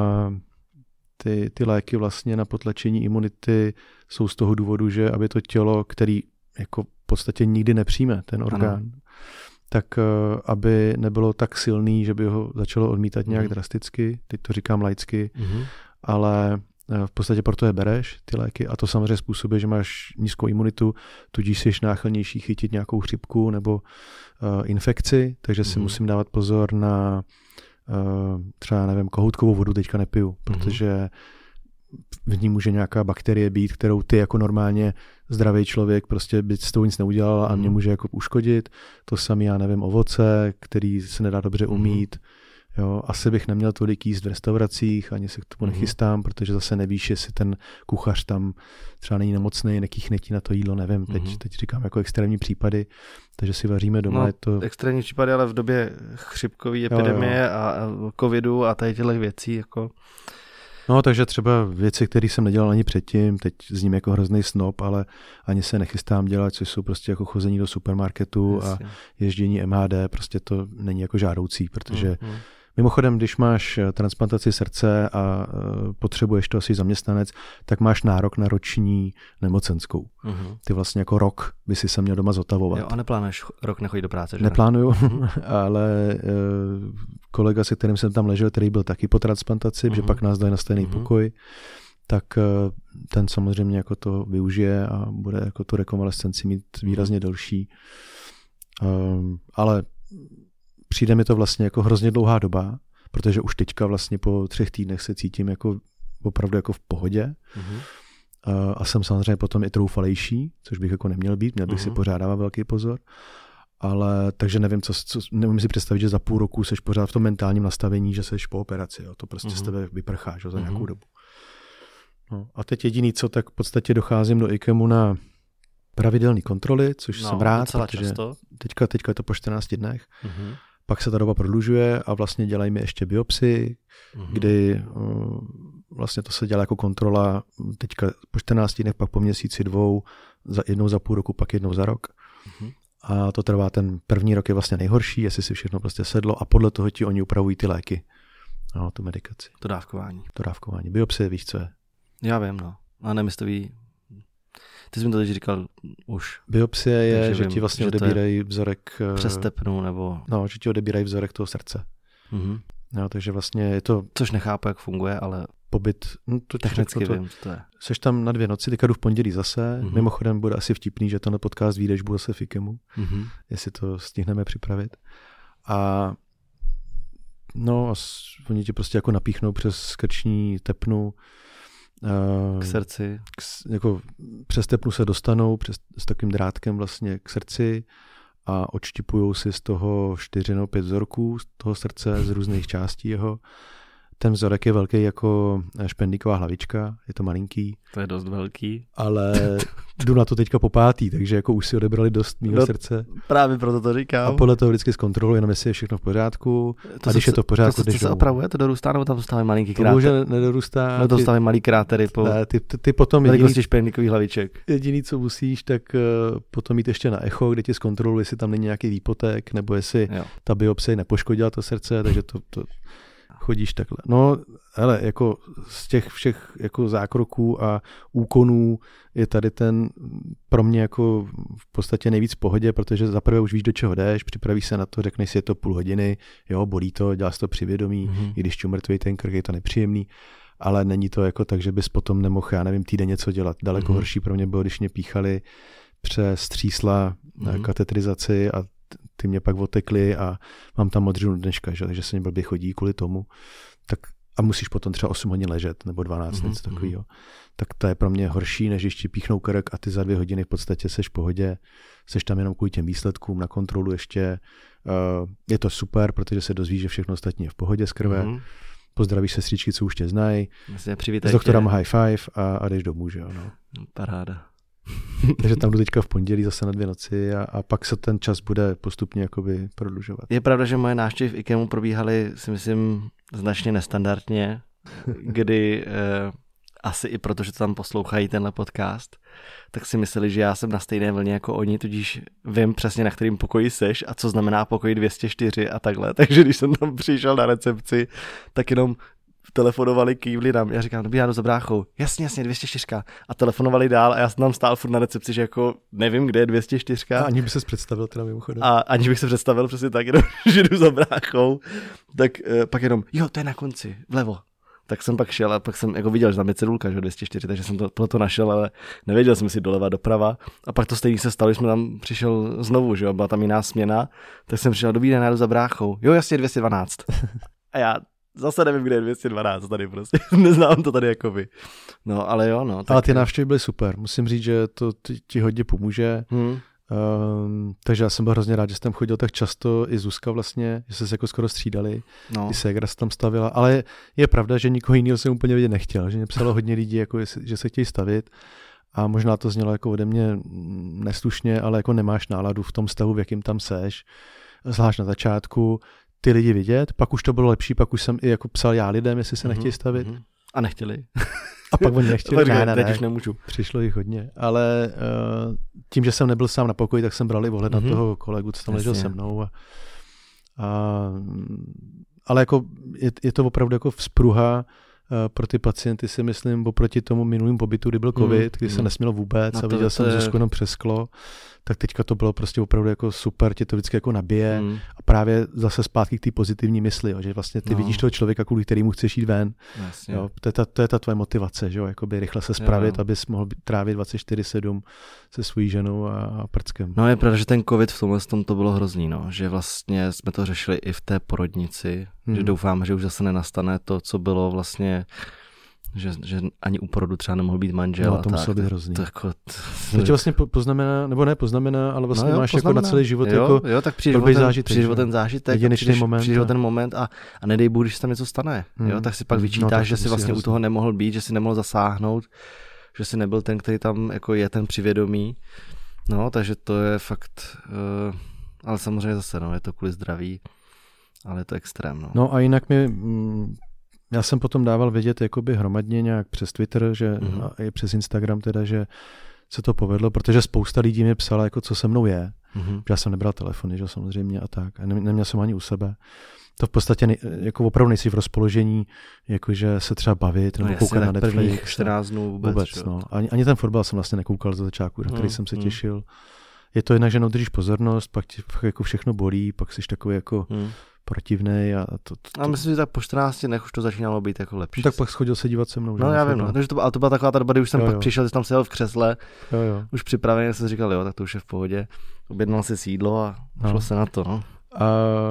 ty, ty léky vlastně na potlačení imunity jsou z toho důvodu, že aby to tělo, který jako v podstatě nikdy nepřijme ten orgán, ano. tak aby nebylo tak silný, že by ho začalo odmítat nějak mm-hmm. drasticky, teď to říkám laicky, mm-hmm. ale v podstatě proto je bereš, ty léky, a to samozřejmě způsobuje, že máš nízkou imunitu, tudíž jsi náchylnější chytit nějakou chřipku nebo uh, infekci, takže si mm-hmm. musím dávat pozor na uh, třeba, nevím, kohoutkovou vodu teďka nepiju, protože v ní může nějaká bakterie být, kterou ty jako normálně zdravý člověk prostě by s tou nic neudělal a mě může jako uškodit. To samé, já nevím, ovoce, který se nedá dobře umít. Jo, asi bych neměl tolik jíst v restauracích, ani se k tomu nechystám, protože zase nevíš, jestli ten kuchař tam třeba není nemocný, nekýchne ti na to jídlo, nevím. Teď, mm-hmm. teď říkám jako extrémní případy, takže si vaříme doma. No, je to... extrémní případy, ale v době chřipkové epidemie jo, jo. A, a covidu a tady těchto věcí jako... No, takže třeba věci, které jsem nedělal ani předtím, teď zním jako hrozný snob, ale ani se nechystám dělat, což jsou prostě jako chození do supermarketu Jasně. a ježdění M H D, prostě to není jako žádoucí, protože mm, mm. mimochodem, když máš transplantaci srdce a uh, potřebuješ to asi zaměstnanec, tak máš nárok na roční nemocenskou. Mm-hmm. Ty vlastně jako rok by si se měl doma zotavovat. Jo, a neplánuješ rok nechodit do práce, že? Neplánuju, ale uh, kolega, se kterým jsem tam ležel, který byl taky po transplantaci, mm-hmm. že pak nás dají na stejný mm-hmm. pokoj, tak uh, ten samozřejmě jako to využije a bude jako tu rekonvalescenci mít výrazně delší. Um, ale přijde mi to vlastně jako hrozně dlouhá doba, protože už teďka vlastně po třech týdnech se cítím jako opravdu jako v pohodě. Mm-hmm. A, a jsem samozřejmě potom i troufalejší, což bych jako neměl být, měl bych mm-hmm. si pořád dávat velký pozor. Ale takže nevím, co, co, nevím si představit, že za půl roku seš pořád v tom mentálním nastavení, že seš po operaci. Jo. To prostě mm-hmm. z tebe vyprchá, že, za mm-hmm. nějakou dobu. No, a teď jediný, co tak v podstatě docházím do IKEMu na pravidelné kontroly, což no, jsem rád, protože často. Teďka, teďka je to po čtrnácti dnech. Mm-hmm. Pak se ta doba prodlužuje a vlastně dělají mi ještě biopsii, mm-hmm. kdy uh, vlastně to se dělá jako kontrola teďka po čtrnácti dnech, pak po měsíci dvou, za jednou za půl roku, pak jednou za rok. Mm-hmm. A to trvá, ten první rok je vlastně nejhorší, jestli si všechno prostě sedlo a podle toho ti oni upravují ty léky. No, tu medikaci. To dávkování. To dávkování. Biopsie, víš, co je? Já vím, no. A nevím, jestli to ví. Ty jsi mi to teď říkal už. Biopsie je, Takže že vím, ti vlastně že odebírají vzorek... Přes tepnu nebo... No, že ti odebírají vzorek toho srdce. Mm-hmm. No, takže vlastně je to... Což nechápu, jak funguje, ale... Pobyt... No, to technicky to, vím, co to je. Seš tam na dvě noci, teďka jdu v pondělí zase. Mm-hmm. Mimochodem bude asi vtipný, že tenhle podcast vyjde, když budu se v IKEMu. Mm-hmm. Jestli to stihneme připravit. A... No, a oni ti prostě jako napíchnou přes krční tepnu. K srdci. K, jako přes tepnu se dostanou přes, s takovým drátkem vlastně k srdci a odštipujou si z toho čtyři nebo pět vzorků z toho srdce z různých částí jeho. Ten vzorek je velký jako špendlíková hlavička, je to malinký. To je dost velký. Ale jdu na to teďka po pátý, takže jako už si odebrali dost mýho no, srdce. Právě proto to říkám. A podle toho vždycky zkontroluji, jenom jestli je všechno v pořádku. To a když se, je to v pořádku, to, to, to se opravuje, to dorůstá, nebo tam zůstávají malinký kráter? To bohužel nedorůstá. No to zůstávají malý krátery po... Ne, ty, ty, ty potom velikosti špendlíkových hlaviček. Jediný, co musíš, tak uh, potom jít ještě na echo, kde ti zkontroluji, jestli tam není nějaký výpotek, nebo jestli jo. ta biopsie nepoškodila to srdce, takže to... to chodíš takhle. No, hele, jako z těch všech jako zákroků a úkonů je tady ten pro mě jako v podstatě nejvíc v pohodě, protože zaprvé už víš, do čeho jdeš, připravíš se na to, řekneš si, je to půl hodiny, jo, bolí to, děláš to při vědomí, mm-hmm. i když ti mrtvý ten krk, je to nepříjemný, ale není to jako tak, že bys potom nemohl, já nevím, týden něco dělat. Daleko mm-hmm. horší pro mě bylo, když mě píchali přes třísla mm-hmm. katetrizaci a ty mě pak otekly a mám tam modřinu dneška, že? Takže se mě blbě chodí kvůli tomu. Tak a musíš potom třeba osm hodin ležet, nebo dvanáct, mm-hmm. něco takového. Tak to je pro mě horší, než když ti píchnou krk a ty za dvě hodiny v podstatě seš v pohodě, seš tam jenom kvůli těm výsledkům, na kontrolu ještě. Uh, je to super, protože se dozvíš, že všechno ostatní je v pohodě z krve. Mm-hmm. Pozdravíš sestřičky, co už tě znají. S doktorem high five a, a jdeš domů, že jo. No. Paráda. Takže tam jdu teďka v pondělí zase na dvě noci a, a pak se ten čas bude postupně jakoby prodlužovat. Je pravda, že moje návštěvy v IKEMu probíhaly, si myslím, značně nestandardně, kdy eh, asi i proto, že to tam poslouchají tenhle podcast, tak si mysleli, že já jsem na stejné vlně jako oni, tudíž vím přesně, na kterým pokoji seš a co znamená pokoj dvě stě čtyři a takhle. Takže když jsem tam přišel na recepci, tak jenom telefonovali, kývli nám. Já říkám, dobrý, já jdu za bráchou. Jasně, jasně, dvě stě čtyři. A telefonovali dál a já jsem tam stál furt na recepci, že jako nevím, kde je dvě stě čtyři. A ani by ses představil teda mimochodem. A ani bych se představil přesně tak, jenom, že jdu za bráchou. Tak uh, pak jenom, jo, to je na konci, vlevo. Tak jsem pak šel a pak jsem jako viděl, že tam je cedulka, že dvě stě čtyři, takže jsem to, to našel, ale nevěděl jsem si doleva, doprava. A pak to stejně se stalo, že jsme tam přišel znovu, že jo, byla tam jiná směna. Tak jsem přišel, dobrý den, já jdu za bráchou. Jo, jasně, dvě stě dvanáct. A já zase nevím, kde je dvě stě dvanáct tady prostě. Neznám to tady jako vy. No, ale jo, no. Tak... Ale ty návštěvy byly super. Musím říct, že to ti hodně pomůže. Hmm. Um, takže já jsem byl hrozně rád, že jsem tam chodil tak často, i Zuzka vlastně, že se se jako skoro střídali, no. I ségra se tam stavila, ale je, je pravda, že nikoho jiného jsem úplně vidět nechtěl, že mě psalo hodně lidí, jako že se chtějí stavit a možná to znělo jako ode mě neslušně, ale jako nemáš náladu v tom stavu, v jakým tam seš, zvlášť na začátku, ty lidi vidět, pak už to bylo lepší, pak už jsem i jako psal já lidem, jestli se mm-hmm, nechtějí stavit. Mm-hmm. A nechtěli. A pak oni nechtěli. ne, ne, ne, teď už nemůžu. Přišlo jich hodně, ale uh, tím, že jsem nebyl sám na pokoji, tak jsem bral i ohled mm-hmm. na toho kolegu, co tam ležel se mnou. A, a, ale jako je, je to opravdu jako vzpruha uh, pro ty pacienty, si myslím, oproti tomu minulým pobytu, kdy byl covid, mm, kdy mm. se nesmělo vůbec no a viděl to, jsem Zuzku jenom přes sklo, tak teďka to bylo prostě opravdu jako super, tě to vždycky jako nabije mm. a právě zase zpátky k té pozitivní mysli, jo, že vlastně ty no. vidíš toho člověka, kvůli kterému chceš jít ven. Jo, to, je ta, to je ta tvoje motivace, že jo, jakoby rychle se spravit, jo. abys mohl trávit dvacet čtyři sedm se svojí ženou a, a prckem. No je pravda, že ten covid v tomhle tom to bylo hrozný, no, že vlastně jsme to řešili i v té porodnici, mm. že doufám, že už zase nenastane to, co bylo vlastně Že, že ani u porodu třeba nemohl být manžel. No, to muselo být hrozný. To, jako, to, to tě vlastně poznamená, nebo ne poznamená, ale vlastně no jo, máš poznamená. Jako na celý život jo, jako jo, tak přijdeš o ten zážitek, přijdeš o ten zážitek jedinečný moment, přijdeš o ten moment a, a nedej Bůh, když se tam něco stane, hmm. jo, tak si pak vyčítáš, no, že si vlastně hrozný. U toho nemohl být, že si nemohl zasáhnout, že si nebyl ten, který tam jako je ten přivědomí. No, takže to je fakt, uh, ale samozřejmě zase, no, je to kvůli zdraví, ale je to extrém, no. No a jinak mi... Mm, já jsem potom dával vědět jakoby hromadně nějak přes Twitter, že mm-hmm. a i přes Instagram teda, že se to povedlo, protože spousta lidí mi psala, jako co se mnou je. Mm-hmm. Já jsem nebral telefony, že samozřejmě a tak. A neměl jsem ani u sebe. To v podstatě ne, jako opravdu nejsi v rozpoložení, jakože se třeba bavit nebo no koukat na Netflix. čtrnáct dnů vůbec. vůbec no. ani, ani ten fotbal jsem vlastně nekoukal za začátku, na který mm, jsem se mm. těšil. Je to jinak, že neudržíš pozornost, pak ti jako všechno bolí, pak jsi takový jako mm. protivnej a to, to, to... A myslím, že tak po čtrnácti dnech už to začínalo být jako lepší. No, tak pak schodil se dívat se mnou. No já vím, no. Takže to, ale to byla taková ta doba, kdy už jsem jo, pak jo. přišel, že jsem tam seděl v křesle, jo, jo. už připravený, jsem říkal, jo, tak to už je v pohodě. Objednal si sídlo a no. šlo se na to. No. A,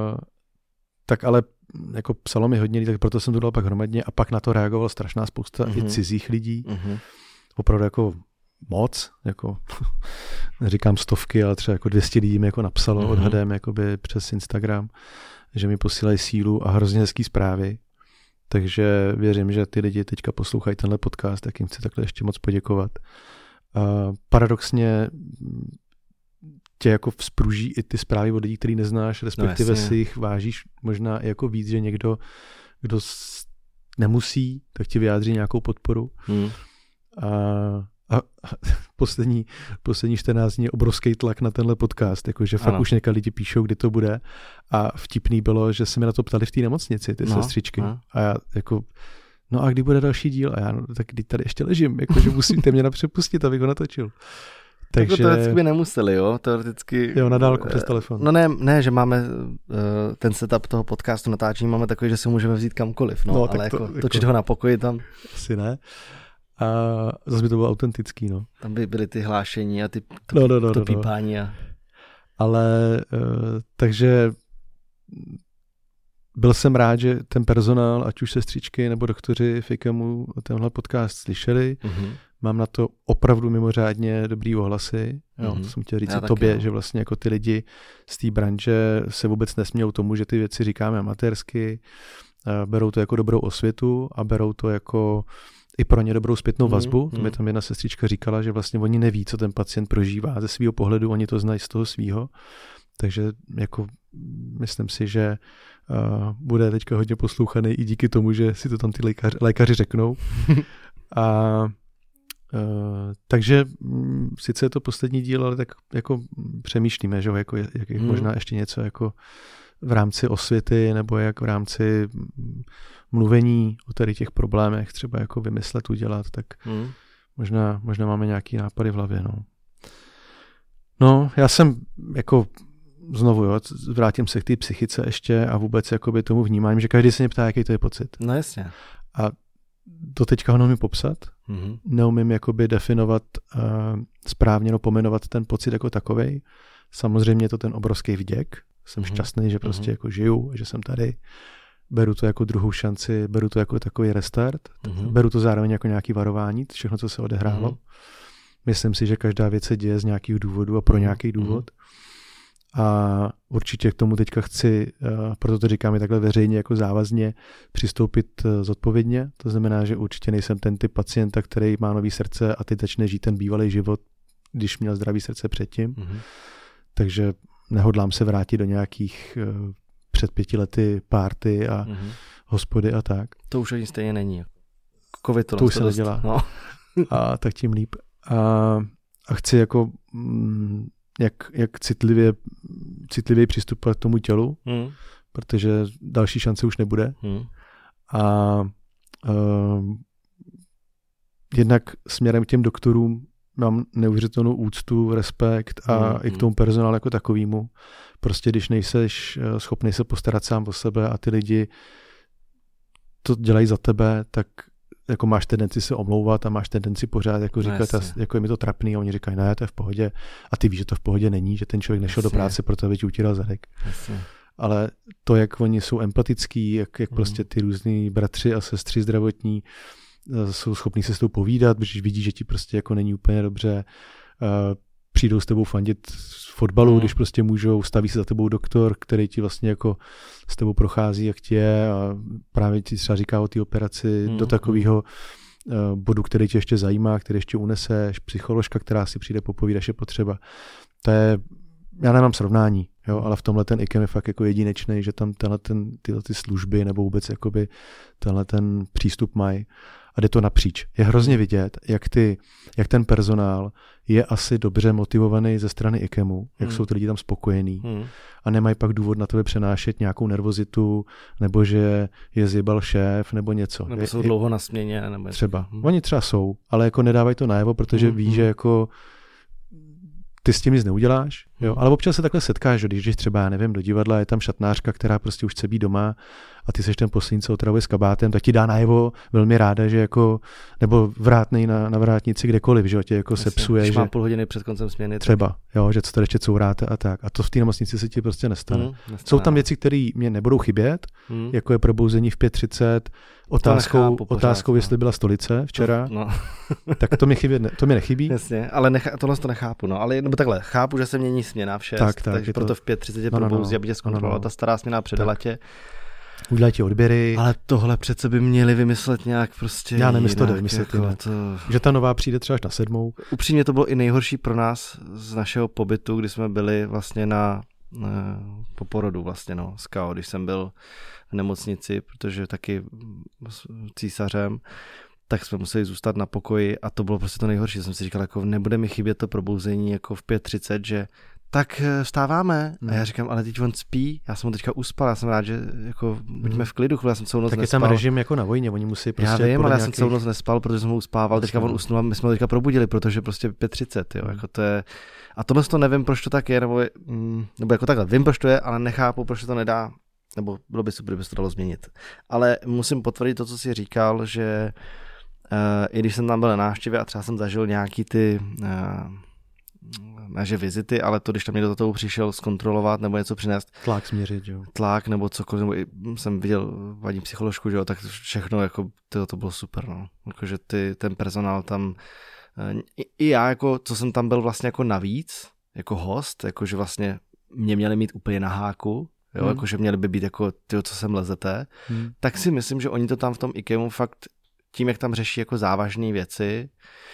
tak ale jako psalo mi hodně lidí, tak proto jsem to dal pak hromadně a pak na to reagoval strašná spousta mm-hmm. i cizích lidí. Mm-hmm. Opravdu jako moc, jako neříkám stovky, ale třeba jako dvě stě lidí mi jako napsalo mm-hmm. odhadem jakoby přes Instagram, že mi posílají sílu a hrozně hezký zprávy. Takže věřím, že ty lidi teďka poslouchají tenhle podcast, tak jim chci takhle ještě moc poděkovat. A paradoxně tě jako vzpruží i ty zprávy od lidí, který neznáš, respektive no, si jich vážíš možná i jako víc, že někdo, kdo nemusí, tak ti vyjádří nějakou podporu. Hmm. A A poslední, poslední čtrnáct dní je obrovský tlak na tenhle podcast, jakože fakt ano. už někdy lidi píšou, kdy to bude a vtipný bylo, že se mi na to ptali v té nemocnici, ty no, sestřičky no. a já jako, no a kdy bude další díl a já, no tak kdy tady ještě ležím, jakože musíte mě napřepustit, abych ho natočil. Takže... Jako teoreticky by nemuseli, jo, teoreticky... Jo, na dálku přes telefon. No ne, ne, že máme uh, ten setup toho podcastu natáčení, máme takový, že si můžeme vzít kamkoliv, no, no ale to, jako, točit jako... ho na pokoji tam... Asi ne. A zase by to bylo autentický, no. Tam by byly ty hlášení a ty to, no, no, no, to no, pípání. A... Ale uh, takže byl jsem rád, že ten personál, ať už sestřičky nebo doktoři v IKEMu tenhle podcast slyšeli. Mm-hmm. Mám na to opravdu mimořádně dobrý ohlasy. Jo, mm-hmm. to jsem chtěl říct i tobě, jo. že vlastně jako ty lidi z té branže se vůbec nesmějou tomu, že ty věci říkáme amatérsky, uh, berou to jako dobrou osvětu a berou to jako i pro ně dobrou zpětnou vazbu. Mm, to mi tam jedna sestřička říkala, že vlastně oni neví, co ten pacient prožívá ze svého pohledu, oni to znají z toho svýho. Takže jako myslím si, že uh, bude teďka hodně poslouchaný i díky tomu, že si to tam ty lékaři, lékaři řeknou. A uh, takže m, sice je to poslední díl, ale tak jako přemýšlíme, že jako, jak, jak mm. možná ještě něco jako v rámci osvěty nebo jak v rámci mluvení o tady těch problémech třeba jako vymyslet, udělat, tak hmm. možná, možná máme nějaký nápady v hlavě, no. No, já jsem jako znovu, jo, vrátím se k té psychice ještě a vůbec jakoby tomu vnímám, že každý se mě ptá, jaký to je pocit. No jasně. A to teďka ho neumím popsat, hmm. neumím jakoby definovat uh, správně, no pomenovat ten pocit jako takovej. Samozřejmě je to ten obrovský vděk, jsem hmm. šťastný, že prostě hmm. jako žiju, že jsem tady. beru to jako druhou šanci, beru to jako takový restart, mm-hmm. beru to zároveň jako nějaký varování, všechno, co se odehrálo. Mm-hmm. Myslím si, že každá věc se děje z nějakých důvodů a pro mm-hmm. nějaký důvod. A určitě k tomu teďka chci, proto to říkám i takhle veřejně jako závazně, přistoupit zodpovědně. To znamená, že určitě nejsem ten typ pacienta, který má nový srdce a teď začne žít ten bývalý život, když měl zdravý srdce předtím. Mm-hmm. Takže nehodlám se vrátit do nějakých před pěti lety párty a mm-hmm. hospody a tak. To už ani stejně není. Covid to, to už se nedělá. No. A tak tím líp. A, a chci jako mm, jak, jak citlivě, citlivě přistupovat k tomu tělu, mm. protože další šance už nebude. Mm. A uh, jednak směrem k těm doktorům mám neuvěřitelnou úctu, respekt a mm. i k tomu personálu jako takovýmu. Prostě když nejseš schopný se postarat sám o sebe a ty lidi to dělají za tebe, tak jako máš tendenci se omlouvat a máš tendenci pořád jako říkat, no, jako je mi to trapný a oni říkají, ne, to je v pohodě a ty víš, že to v pohodě není, že ten člověk nešel jasně. do práce, proto aby ti utíral zadek. Jasně. Ale to, jak oni jsou empatický, jak, jak mm. prostě ty různý bratři a sestry zdravotní jsou schopní se s tou povídat, když vidí, že ti prostě jako není úplně dobře, uh, přijdou s tebou fandit z fotbalu, mm. když prostě můžou, staví se za tebou doktor, který ti vlastně jako s tebou prochází, jak ti je a právě ti třeba říká o té operaci mm. do takového uh, bodu, který tě ještě zajímá, který ještě uneseš, psycholožka, která si přijde popovídat, je potřeba. To je, já nemám srovnání, jo, ale v tomhle ten I K E M je fakt jako jedinečný, že tam tenhle ten, tyhle ty služby nebo vůbec jakoby tenhle ten přístup mají. A jde to napříč. Je hrozně vidět, jak, ty, jak ten personál je asi dobře motivovaný ze strany I K E M u, jak hmm. jsou ty lidi tam spokojení hmm. a nemají pak důvod na tebe přenášet nějakou nervozitu, nebo že je zjebal šéf, nebo něco. Nebo jsou je, dlouho na směně. Nebo třeba. Hmm. Oni třeba jsou, ale jako nedávají to najevo, protože hmm. ví, že jako ty s tím nic neuděláš, jo? Ale občas se takhle setkáš, že když jdeš třeba, já nevím, do divadla, je tam šatnářka, která prostě už chce být doma a ty seš ten poslední, co otravuje s kabátem, tak ti dá najevo velmi ráda, že jako, nebo vrátnej na, na vrátnici kdekoliv, že tě jako sepsuje. Když že má půl hodiny před koncem směny. Třeba, tak... jo, že co to ještě couráte a tak. A to v té nemocnici se ti prostě nestane. Hmm, nestane. Jsou tam věci, které mě nebudou chybět, hmm. jako je probouzení v pět třicet, otázkou, pořád, otázkou no. jestli byla stolice včera, no. tak to mi, chybě, to mi nechybí. Jasně, ale nechá, tohle to nechápu, no, ale nebo takhle, chápu, že se mění směna v šest, tak, tak, takže proto to... v pět třicet no, probouzí, no, no. aby tě zkontrolovala no, no. ta stará směna předala tě. Udělají ti odběry. Ale tohle přece by měli vymyslet nějak prostě. Já nevím, jestli to jde vymyslet. Jako to... Že ta nová přijde třeba až na sedmou. Upřímně to bylo i nejhorší pro nás z našeho pobytu, kdy jsme byli vlastně na, na po porodu vlastně, no, s K O, když jsem byl v nemocnici, protože taky s císařem, tak jsme museli zůstat na pokoji a to bylo prostě to nejhorší. Jsem si říkal, jako nebude mi chybět to probouzení jako v pět třicet, že tak vstáváme. Hmm. A já říkám, ale teď on spí, já jsem ho teďka uspal, já jsem rád, že jako buďme v klidu, já jsem celou noc tak nespal. Tak je tam režim jako na vojně, oni musí prostě... Já vím, ale nějakých... já jsem celou noc nespal, protože jsem ho uspával, teďka on usnul a my jsme ho teďka probudili, protože prostě pět třicet, jo, hmm. jako to je... A tohle to nevím, proč to tak je, nebo, mm, nebo jako takhle, vím, proč to je, ale nechápu, proč to nedá, nebo bylo by super, kdyby se to dalo změnit. Ale musím potvrdit to, co jsi říkal, že uh, i když jsem tam byl na návštěvě a třeba jsem zažil nějaký ty... Uh, ne, že vizity, ale to, když tam někdo do toho přišel zkontrolovat nebo něco přinést. Tlak směřit, jo. Tlak nebo cokoliv, nebo i jsem viděl paní psycholožku, že jo, tak všechno, jako to, to bylo super, no. Jakože ty, ten personál tam, i, i já, jako, co jsem tam byl vlastně jako navíc, jako host, jakože vlastně mě měli mít úplně na háku, jo, hmm. jakože měli by být jako ty, co sem lezete, hmm. tak si myslím, že oni to tam v tom I K E M u fakt tím, jak tam řeší jako závažné věci,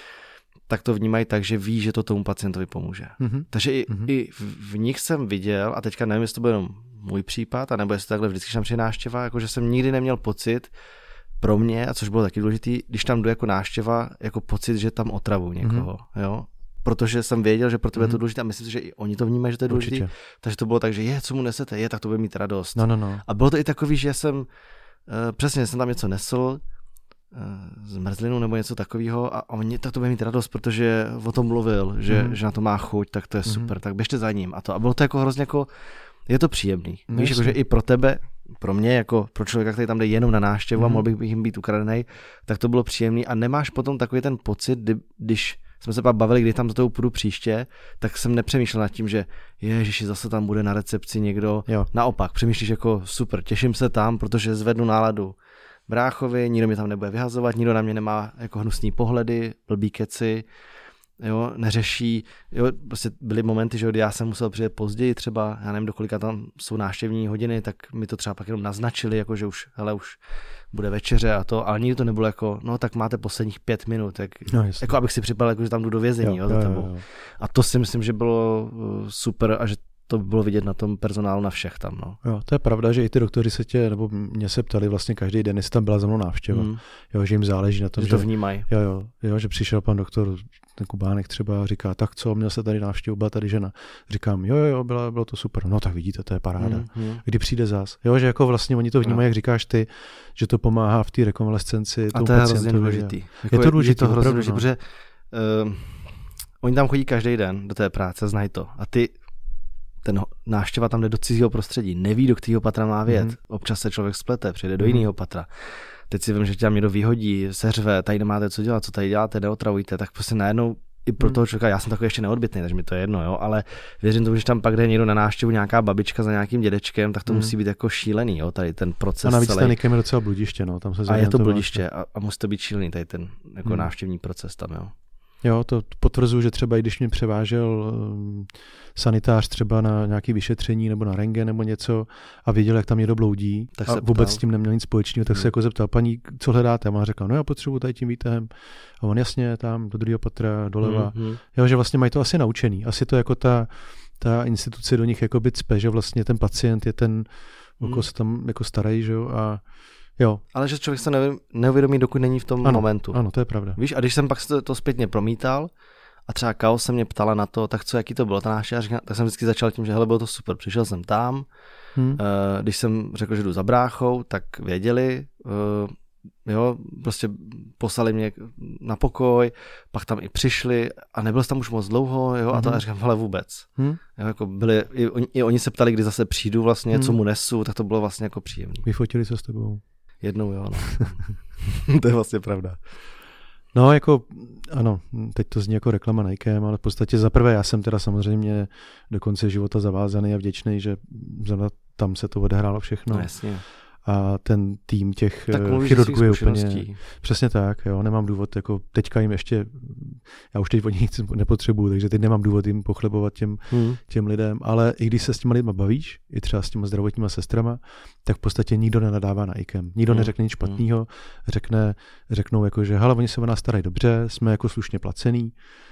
tak to vnímají tak, že ví, že to tomu pacientovi pomůže. Mm-hmm. Takže i, mm-hmm. i v, v nich jsem viděl, a teďka nevím, jestli to byl jenom můj případ, anebo jestli takhle vždycky, když tam přijde návštěva, jakože jsem nikdy neměl pocit pro mě, a což bylo taky důležitý, když tam jdu jako návštěva, jako pocit, že tam otravu někoho, mm-hmm. jo. Protože jsem věděl, že pro tebe mm-hmm. je to důležité a myslím si, že i oni to vnímají, že to je důležité. Takže to bylo tak, že je, co mu nesete, je, tak to bude mít radost. No, no, no. A bylo to i takový, že jsem, uh, přesně, jsem tam něco nesl, zmrzlinu nebo něco takového a on tak to bude mít radost, protože o tom mluvil, že, mm. že na to má chuť, tak to je super, mm. tak běžte za ním a to. A bylo to jako hrozně jako, je to příjemný. Mm. Víš, jako, že i pro tebe, pro mě, jako pro člověka, který tam jde jenom na návštěvu mm. a mohl bych jim být ukradený, tak to bylo příjemný a nemáš potom takový ten pocit, kdy, když jsme se pak bavili, kdy tam do toho půjdu příště, tak jsem nepřemýšlel nad tím, že ježiši, zase tam bude na recepci někdo. Jo. Naopak, přemýšlíš jako super, těším se tam, protože zvednu náladu bráchovi, nikdo mě tam nebude vyhazovat, nikdo na mě nemá jako hnusný pohledy, blbý keci, jo, neřeší, jo, prostě byly momenty, že kdy já jsem musel přijet později třeba, já nevím, do kolika tam jsou návštěvní hodiny, tak mi to třeba pak jenom naznačili, jako že už, hele, už bude večeře a to, ale nikdy to nebylo jako, no tak máte posledních pět minut, jak, no, jako abych si připadal, jako že tam jdu do vězení, jo, jo, za tebou. Jo, jo. A to si myslím, že bylo super a že to by bylo vidět na tom personálu na všech tam. No. Jo, to je pravda, že i ty doktoři se tě, nebo mě se ptali vlastně každý den, jestli tam byla za mnou návštěva. Mm. Jo, že jim záleží na tom, že to vnímají. Jo, jo, jo, že přišel pan doktor, ten Kubánek třeba, říká, tak co, měl se tady návštěvu, byla tady žena. Říkám, jo, jo, bylo, bylo to super. No tak vidíte, to je paráda. Mm, mm. Kdy přijde zas? Jo, že jako vlastně oni to vnímají, jak říkáš ty, že to pomáhá v té rekonvalescenci. A to je hrozně důležitý. Jako je to důležitý, je to hrozně důležitý, protože uh, oni tam chodí každý den do té práce, znají to. A ty ten návštěva tam jde do cizího prostředí, neví, do kterého patra má vjet. Mm. Občas se člověk splete, přijde do mm. jiného patra. Teď si vím, že tě tam někdo vyhodí, seřve, tady nemáte co dělat, co tady děláte, neotravujte, tak prostě najednou i pro toho člověka, já jsem takový ještě neodbytný, takže mi to je jedno, jo, ale věřím tomu, že tam pak jde někdo na návštěvu, nějaká babička za nějakým dědečkem, tak to mm. musí být jako šílený, jo, tady ten proces. A navíc celý. Ten Nikem je docela bludiště, no, tam se a je to bludiště a, a musí to být šílený, tady ten jako mm. návštěvní proces tam, jo. Jo, to potvrzuji, že třeba i když mě převážel um, sanitář třeba na nějaké vyšetření nebo na rentgen nebo něco a viděl, jak tam někdo bloudí tak a se vůbec ptal. s tím neměl nic společného, tak hmm. se jako zeptal, paní, co hledáte? A má řekla, no já potřebuji tady tím výtahem. A on jasně, tam do druhého patra, doleva. Hmm. Jo, že vlastně mají to asi naučený. Asi to jako ta, ta instituce do nich jako by cpe, že vlastně ten pacient je ten, hmm.oko se tam jako starají, že jo, a jo. Ale že člověk se neuvědomí, dokud není v tom ano, momentu. Ano, to je pravda. Víš, a když jsem pak to, to zpětně promítal a třeba Kao se mě ptala na to, tak co, jaký to bylo, ta návštěva, tak jsem vždycky začal tím, že hele, bylo to super, přišel jsem tam, hmm. uh, když jsem řekl, že jdu za bráchou, tak věděli, uh, jo, prostě poslali mě na pokoj, pak tam i přišli a nebyl jsem tam už moc dlouho, jo, a to já říkám, hele, vůbec. Hmm. Jo, jako byli, i, oni, i oni se ptali, kdy zase přijdu vlastně, hmm. co mu nesu, tak to bylo vlastně jako příjemné. Vyfotili se s tebou? Jednou, jo, no. To je vlastně pravda. No, jako, ano, teď to zní jako reklama Nikem, ale v podstatě zaprvé já jsem teda samozřejmě do konce života zavázaný a vděčný, že tam se to odehrálo všechno. No, jasně. A ten tým těch chirurgů je úplně... Přesně tak, jo, nemám důvod, jako teďka jim ještě, já už teď o nic nepotřebuju, takže teď nemám důvod jim pochlebovat těm, hmm. těm lidem, ale i když se s těma lidma bavíš, i třeba s těma zdravotníma sestrama, tak v podstatě nikdo nenadává na ikem. Nikdo hmm. neřekne nic špatného, řekne, řeknou jako, že hele, oni se o nás starají dobře, jsme jako slušně placený,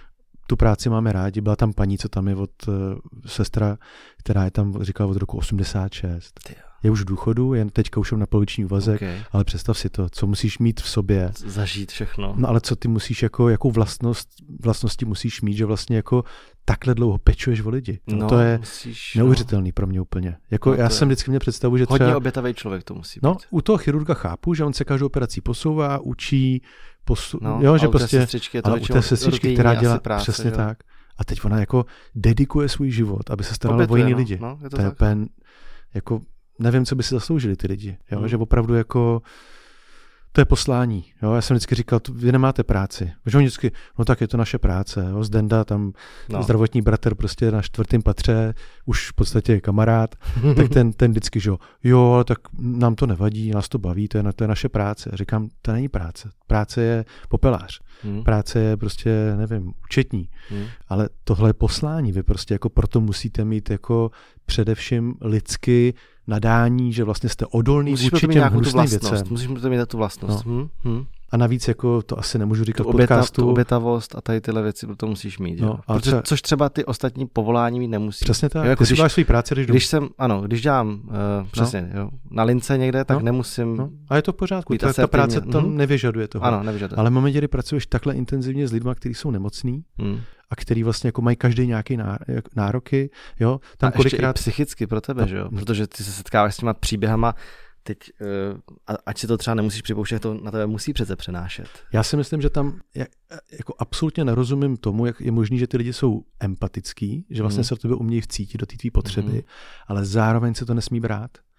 tu práci máme rádi, byla tam paní, co tam je od uh, sestra, která je tam, říkala, od roku osmdesát šest. Tyjo. Je už v důchodu, jen teďka už na poloviční úvazek, okay. Ale představ si to, co musíš mít v sobě. Zažít všechno. No ale co ty musíš, jako, jakou vlastnost, vlastnosti musíš mít, že vlastně jako takhle dlouho pečuješ o lidi. No, no, to je musíš, neuvěřitelný no. pro mě úplně. Jako no, já jsem vždycky měl představu, že třeba... Hodně obětavý člověk to musí být. No, u toho chirurga chápu, že on se každou operací posouvá, učí, posu... no, jo, že u prostě... Sestřičky je to ale u té sestřičky, která dělá práce, přesně že? tak. A teď ona jako dedikuje svůj život, aby se starala Obětuje, o jiný no, lidi. No, je to to je pen, jako nevím, co by si zasloužili ty lidi, jo? Hmm. Že opravdu jako to je poslání. Jo? Já jsem vždycky říkal, vy nemáte práci. Že oni vždycky, no tak je to naše práce. Jo? Zdenda, tam no. zdravotní bratr prostě na čtvrtém patře, už v podstatě je kamarád, tak ten, ten vždycky, že jo, ale tak nám to nevadí, nás to baví, to je, to je naše práce. Říkám, to není práce. Práce je popelář. Hmm. Práce je prostě, nevím, účetní. Hmm. Ale tohle je poslání. Vy prostě jako proto musíte mít jako především lidsky nadání, že vlastně jste odolný vůči těm hnusným věcem. Musíš to mít tu vlastnost. No. Hmm, hmm. A navíc jako to asi nemůžu říkat tu v podcastu. Tu obětavost a tady tyhle věci to musíš mít. No, Protože, třeba, což třeba ty ostatní povolání mít nemusíš. Přesně tak. Jo, jako ty když, si máš svůj práci, když, když jsem, ano, když dělám uh, přesně, no. jo, na lince někde, tak no. nemusím. No. A je to v pořádku. Ta, ta práce tam mm-hmm. nevyžaduje toho. Ano, nevyžaduje. Ale v momentě, kdy pracuješ takhle intenzivně s lidmi, kteří jsou nemocní, mm. a který vlastně jako mají každý nějaký nároky, jo, tam a kolikrát... ještě i psychicky pro tebe, no. že jo, protože ty se setkáváš s těma příběhama, teď, uh, ať si to třeba nemusíš připouštět, to na tebe musí přece přenášet. Já si myslím, že tam je, jako absolutně nerozumím tomu, jak je možný, že ty lidi jsou empatický, že vlastně mm. se v tebe umějí vcítit do té tvý potřeby, mm. ale zároveň se to nesmí brát.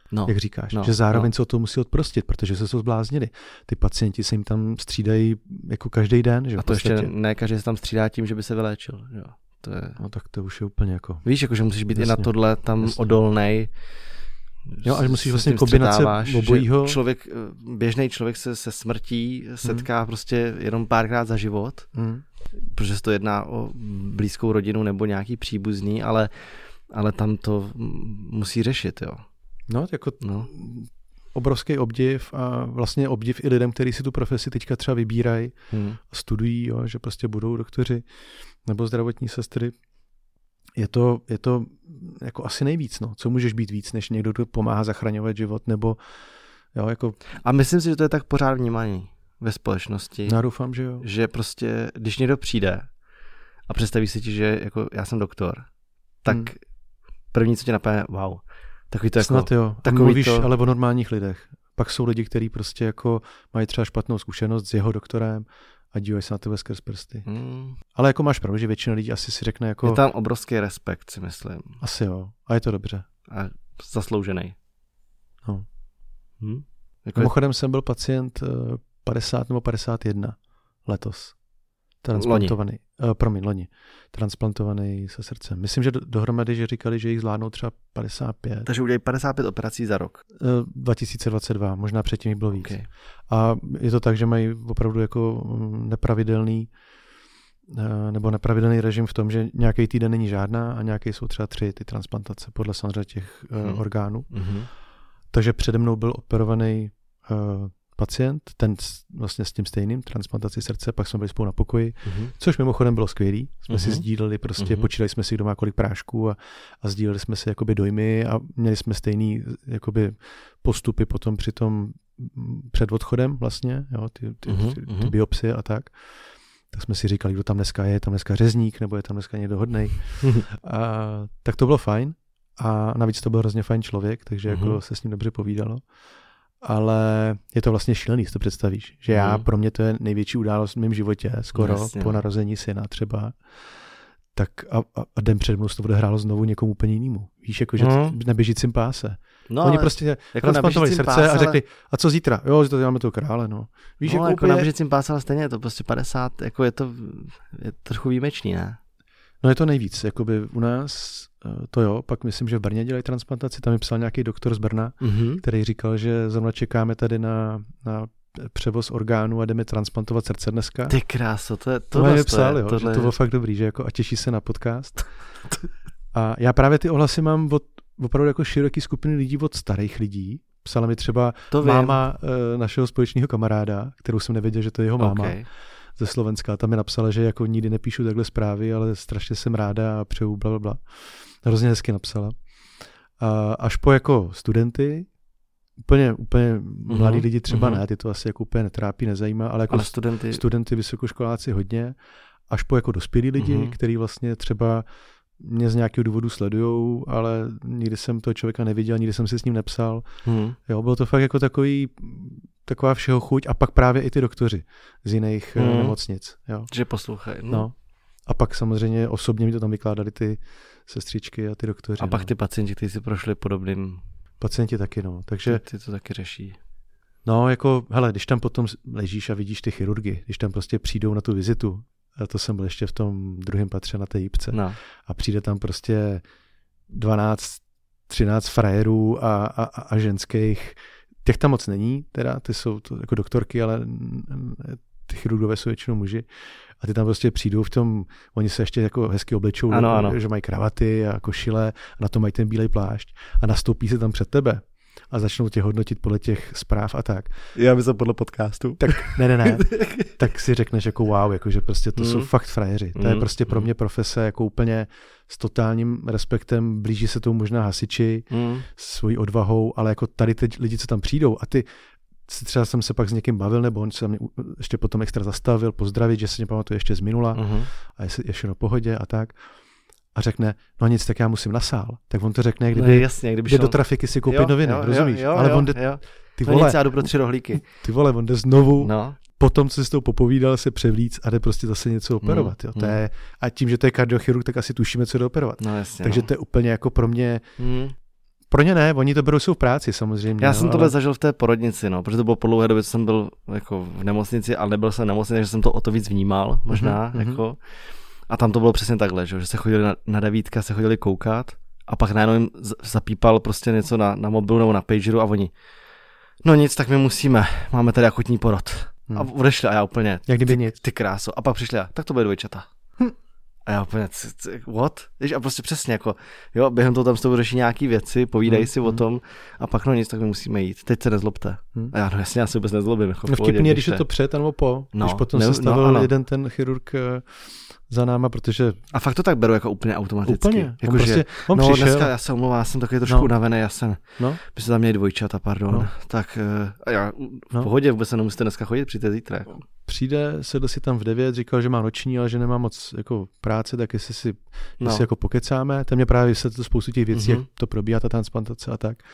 no, jak říkáš, no, že zároveň no. se o to musí odprostit, protože se to zbláznili. Ty pacienti se jim tam střídají jako každý den. Že a to ještě ne každý se tam střídá tím, že by se vyléčil. Jo. To je... No tak to už je úplně jako... Víš, jako, že musíš být jasně, i na tohle tam jasně. odolnej. Jo, až musíš vlastně kombinace obojího. Člověk, běžný člověk se se smrtí setká hmm. prostě jenom párkrát za život, hmm. protože se to jedná o blízkou rodinu nebo nějaký příbuzný, ale, ale tam to musí řešit, jo. No, jako no. obrovský obdiv a vlastně obdiv i lidem, kteří si tu profesi teďka třeba vybírají hmm. a studují, jo, že prostě budou doktoři nebo zdravotní sestry. Je to, je to jako asi nejvíc, no. Co můžeš být víc, než někdo, kdo pomáhá zachraňovat život, nebo jo, jako... A myslím si, že to je tak pořád vnímaný ve společnosti. Já doufám, že jo. Že prostě, když někdo přijde a představí si ti, že jako já jsem doktor, tak hmm. první, co tě napadne, wow. Takový to Snad jako... jo. Takový mluvíš to... ale o normálních lidech. Pak jsou lidi, kteří prostě jako mají třeba špatnou zkušenost s jeho doktorem a dívají se na tebe skrz prsty. Hmm. Ale jako máš pravdu, že většina lidí asi si řekne jako... Je tam obrovský respekt, si myslím. Asi jo. A je to dobře. A zasloužený. No. Hmm? Jako Mimochodem je... jsem byl pacient padesát nebo padesát jedna letos. Transplantovaný. Uh, promiň, loni. Transplantovaný se srdcem. Myslím, že do, dohromady, že říkali, že jich zvládnou třeba padesát pět. Takže udělají padesát pět operací za rok. Uh, dva tisíce dvacet dva, možná předtím jich bylo víc. Okay. A je to tak, že mají opravdu jako nepravidelný uh, nebo nepravidelný režim v tom, že nějaký týden není žádná a nějaký jsou třeba tři ty transplantace podle samozřejmě těch uh, hmm. orgánů. Hmm. Takže přede mnou byl operovaný uh, pacient, ten vlastně s tím stejným, transplantací srdce, pak jsme byli spolu na pokoji, uh-huh. což mimochodem bylo skvělý. Jsme uh-huh. si sdíleli prostě, uh-huh. počítali jsme si, kdo má kolik prášků a, a sdíleli jsme si jakoby dojmy a měli jsme stejný jakoby postupy potom při tom před odchodem vlastně, jo, ty, ty, uh-huh. ty, ty biopsie a tak. Tak jsme si říkali, kdo tam dneska je, je tam dneska řezník, nebo je tam dneska někdo hodnej. Uh-huh. A, tak to bylo fajn a navíc to byl hrozně fajn člověk, takže uh-huh. jako se s ním dobře povídalo. Ale je to vlastně šílený, si to představíš. Že já, mm. pro mě to je největší událost v mém životě, skoro Jasně. po narození syna třeba. Tak a, a den před mnou se to odehrálo znovu někomu úplně jinému. Víš, jako že mm. na běžícím páse. No, oni prostě jako transplantovali srdce pás, a řekli, ale... a co zítra? Jo, to děláme toho krále, no. Víš, no, jako, jako úplně... na běžícím páse, ale stejně je to prostě padesát, jako je to je trochu výjimečný, ne? No je to nejvíc, jakoby u nás, to jo, pak myslím, že v Brně dělají transplantaci, tam mi psal nějaký doktor z Brna, mm-hmm. který říkal, že zrovna čekáme tady na, na převoz orgánů a jdeme transplantovat srdce dneska. Ty kráso, to je to. To je psal, jo, že to bylo fakt dobrý, že jako a těší se na podcast. A já právě ty ohlasy mám od opravdu jako široký skupiny lidí, od starých lidí. Psala mi třeba to máma vím. našeho společného kamaráda, kterou jsem nevěděl, že to je jeho máma. Okay. Ze Slovenska. Tam mi napsala, že jako nikdy nepíšu takhle zprávy, ale strašně jsem ráda a přeju blablabla. Hrozně hezky napsala. A až po jako studenty, úplně, úplně mm-hmm. mladí lidi třeba mm-hmm. ne, ty to asi jako úplně netrápí, nezajímá, ale jako ale studenty... studenty, vysokoškoláci hodně, až po jako dospělí lidi, mm-hmm. který vlastně třeba mě z nějakého důvodu sledujou, ale nikdy jsem toho člověka neviděl, nikdy jsem si s ním nepsal. Mm-hmm. Jo, bylo to fakt jako takový taková všeho chuť a pak právě i ty doktoři z jiných mm. nemocnic. Jo. Že poslouchají. No. no. A pak samozřejmě osobně mi to tam vykládali ty sestřičky a ty doktoři. A no. pak ty pacienti, kteří si prošli podobným. Pacienti taky, no. Takže ty, ty to taky řeší. No, jako, hele, když tam potom ležíš a vidíš ty chirurgy, když tam prostě přijdou na tu vizitu, a to jsem byl ještě v tom druhém patře na té jípce, no. a přijde tam prostě dvanáct, třináct frajerů a, a, a ženských. Těch tam moc není, teda, ty jsou to jako doktorky, ale ty chirurgové jsou většinou muži. A ty tam prostě přijdou v tom, oni se ještě jako hezky oblečou, ano, ano. že mají kravaty a košile, a na to mají ten bílej plášť a nastoupí se tam před tebe a začnou tě hodnotit podle těch zpráv a tak. Já myslím podle podcastu. Tak ne, ne, ne. Tak si řekneš jako wow, jako že prostě to mm. jsou fakt frajeři. To mm. je prostě pro mě profese jako úplně s totálním respektem, blíží se tomu možná hasiči mm. svojí odvahou, ale jako tady ty lidi, co tam přijdou a ty třeba jsem se pak s někým bavil, nebo on se mě ještě potom extra zastavil, pozdravit, že se mě pamatuje ještě z minula mm. a je ještě na pohodě a tak. A řekne, no nic, tak já musím na sál. Tak on to řekne, kdyby, no jasně, kdyby jde šel... do trafiky si koupit jo, noviny, jo, rozumíš? Jo, jo, ale on jde, jde, ty vole, no nic, já jdu pro tři rohlíky. Ty vole, on jde znovu, no. potom, co si s tou popovídal, se převlíc a jde prostě zase něco operovat. Mm, jo. To mm. je, a tím, že to je kardiochirurg, tak asi tušíme, co jde operovat. No, jasně, Takže no. to je úplně jako pro mě, mm. Pro ně ne, oni to berou jsou v práci samozřejmě. Já no, jsem tohle ale... zažil v té porodnici, no, protože to bylo po dlouhé době, co jsem byl jako v nemocnici, ale nebyl jsem v nemocnici, takže jsem to o to víc vnímal možná. Mm-hmm. Jako. A tam to bylo přesně takhle, že, že se chodili na, na devítka, se chodili koukat a pak najednou jim zapípal prostě něco na, na mobilu nebo na pageru a oni, no nic, tak my musíme, máme tady akutní porod. Hmm. A odešli a já úplně, jak kdyby ty, nic. Ty kráso. A pak přišli a tak to bude dvojčata. Hm. A já úplně, c- c- what? A prostě přesně jako, jo, během toho tam s tobou řeší nějaký věci, povídají hmm. si hmm. o tom a pak no nic, tak my musíme jít. Teď se nezlobte. Hmm. A já, no jasně, já se vůbec nezlobím. Jako no vtipně, když je to před nebo po, no, když potom ne, se stavil no, jeden ten chirurg za náma, protože... A fakt to tak beru jako úplně automaticky. Úplně. Jako, on, prostě, že, on no přišel... dneska já se omlouvám, já jsem takový trošku no. unavený, já jsem, no. by se tam měli dvojčata, pardon. No. Tak uh, já v no. pohodě, vůbec se nemusíte dneska chodit, přijďte zítra. Jako. Přijde, sedl si tam v devět, říkal, že má noční, ale že nemá moc jako práce, tak jestli si, no. jestli jako pokecáme. Tam mě právě vysvětlil spoustu těch věcí, mm-hmm. jak to probíhá, ta transplantace a tak.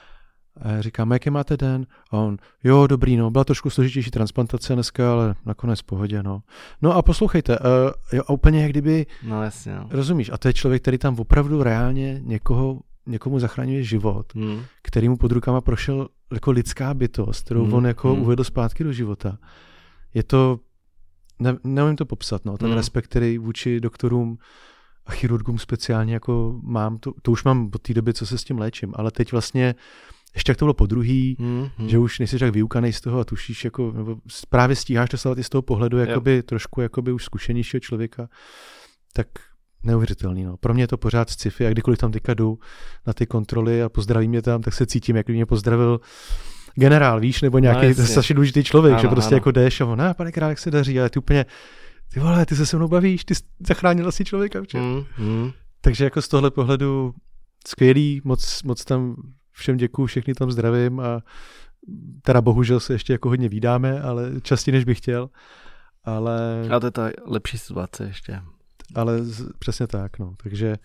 A říkám, jaký máte den? A on, jo, dobrý, no, byla trošku složitější transplantace dneska, ale nakonec v pohodě, no. No a poslouchejte, uh, jo, a úplně jak kdyby, no, jasně, no. rozumíš, a to je člověk, který tam opravdu reálně někoho, někomu zachraňuje život, hmm. který mu pod rukama prošel jako lidská bytost, kterou hmm. on jako hmm. uvedl zpátky do života. Je to, ne, nevím to popsat, no, ten hmm. respekt, který vůči doktorům a chirurgům speciálně jako mám, to, to už mám od té doby, co se s tím léčím, ale teď vlastně ještě jak to bylo po druhý, mm-hmm. že už nejsi tak vyukanej z toho a tušíš, jako, nebo právě stíháš to sledovat i z toho pohledu jakoby, trošku jakoby už zkušenějšího člověka, tak neuvěřitelný. No. Pro mě je to pořád sci-fi a kdykoliv tam teďka jdu na ty kontroly a pozdraví mě tam, tak se cítím, jak by mě pozdravil generál, víš, nebo nějaký no, strašně důležitý člověk, ano, že prostě ano. jako jdeš a on, no, pane král, jak se daří, ale ty úplně, ty vole, ty se se mnou bavíš, ty zachránil asi člověka. Mm, mm. Takže jako z tohle pohledu skvělý, moc, moc tam všem děkuju, všechny tam zdravím a teda bohužel se ještě jako hodně vídáme, ale častěji, než bych chtěl. Ale... A to je ta lepší situace ještě. Ale z, přesně tak, no. Takže,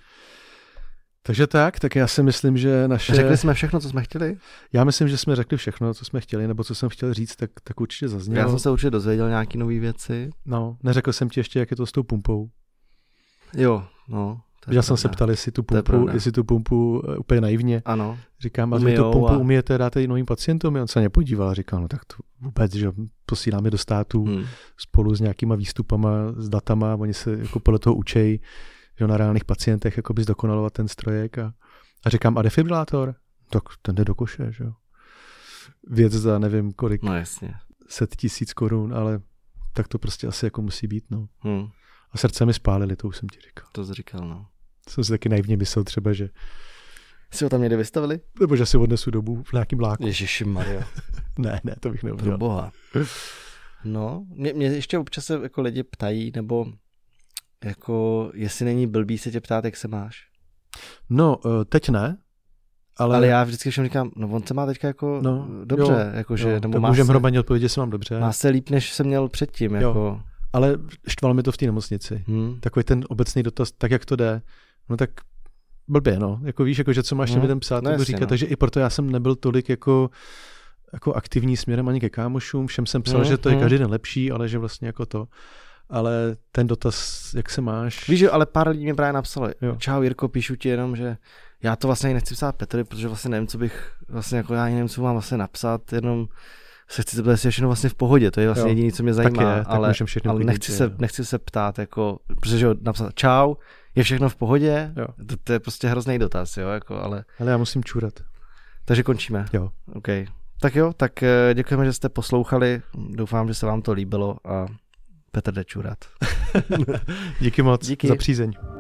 takže tak, tak já si myslím, že naše... Řekli jsme všechno, co jsme chtěli? Já myslím, že jsme řekli všechno, co jsme chtěli, nebo co jsem chtěl říct, tak, tak určitě zaznělo. Já jsem se určitě dozvěděl nějaký nové věci. No, neřekl jsem ti ještě, jak je to s tou pumpou. Jo, no. Já jsem se ptal, jestli tu pumpu, jestli tu pumpu uh, úplně naivně. Ano. Říkám, a vy tu pumpu a... umíjete dát i novým pacientům? On se na ně podíval a říkal, no tak to vůbec, že posíláme do států hmm. spolu s nějakýma výstupama, s datama, oni se jako podle toho učejí, že na reálných pacientech jakoby zdokonalovat ten strojek. A, a říkám, a defibrilátor? Tak ten jde do koše, že jo. Věc za nevím kolik. No jasně. Set tisíc korun, ale tak to prostě asi jako musí být, no. Hmm. A srdce mi spálili, to už jsem ti říkal. To jsi říkal, no. Jsem si taky naivně myslel třeba, že... Jsi ho tam někde vystavili? Nebo že si odnesu dobu v nějakým láku. Ježišimaria. ne, ne, to bych neudělal. Pro boha. No, mě, mě ještě občas se jako lidi ptají, nebo jako, jestli není blbý se tě ptát, jak se máš. No, teď ne. Ale... ale já vždycky všem říkám, no on se má teďka jako no, dobře. Jo, jakože, jo, nebo tak má můžeme se, hromadně odpovědět, že se mám dobře. Má se líp, než jsem měl předtím. Jo. Jako... Ale štvalo mi to v té nemocnici. Hmm. Takový ten obecný dotaz, tak jak to jde. No tak blbě, no. Jako víš, jako, že co máš hmm. lidem psát, nebo říkat. No. Takže i proto já jsem nebyl tolik jako, jako aktivní směrem ani ke kámošům. Všem jsem psal, hmm. že to je každý den lepší, ale že vlastně jako to. Ale ten dotaz, jak se máš... Víš, ale pár lidí mi právě napsalo. Jo. Čau Jirko, píšu ti jenom, že já to vlastně nechci psát Petrovi, protože vlastně nevím, co bych, vlastně jako já nevím, co mám vlastně napsat, jenom se chci zeptat, jestli je všechno vlastně v pohodě, to je vlastně jediné, co mě zajímá, je, ale, ale nechci, klidit, se, nechci se ptát, jako, protože napsat čau, je všechno v pohodě, to, to, je prostě hrozný dotaz, jo, jako, ale... Ale já musím čůrat. Takže končíme. Jo. Okay. Tak jo, tak děkujeme, že jste poslouchali, doufám, že se vám to líbilo a Petr jde čůrat. Díky moc Díky. za přízeň.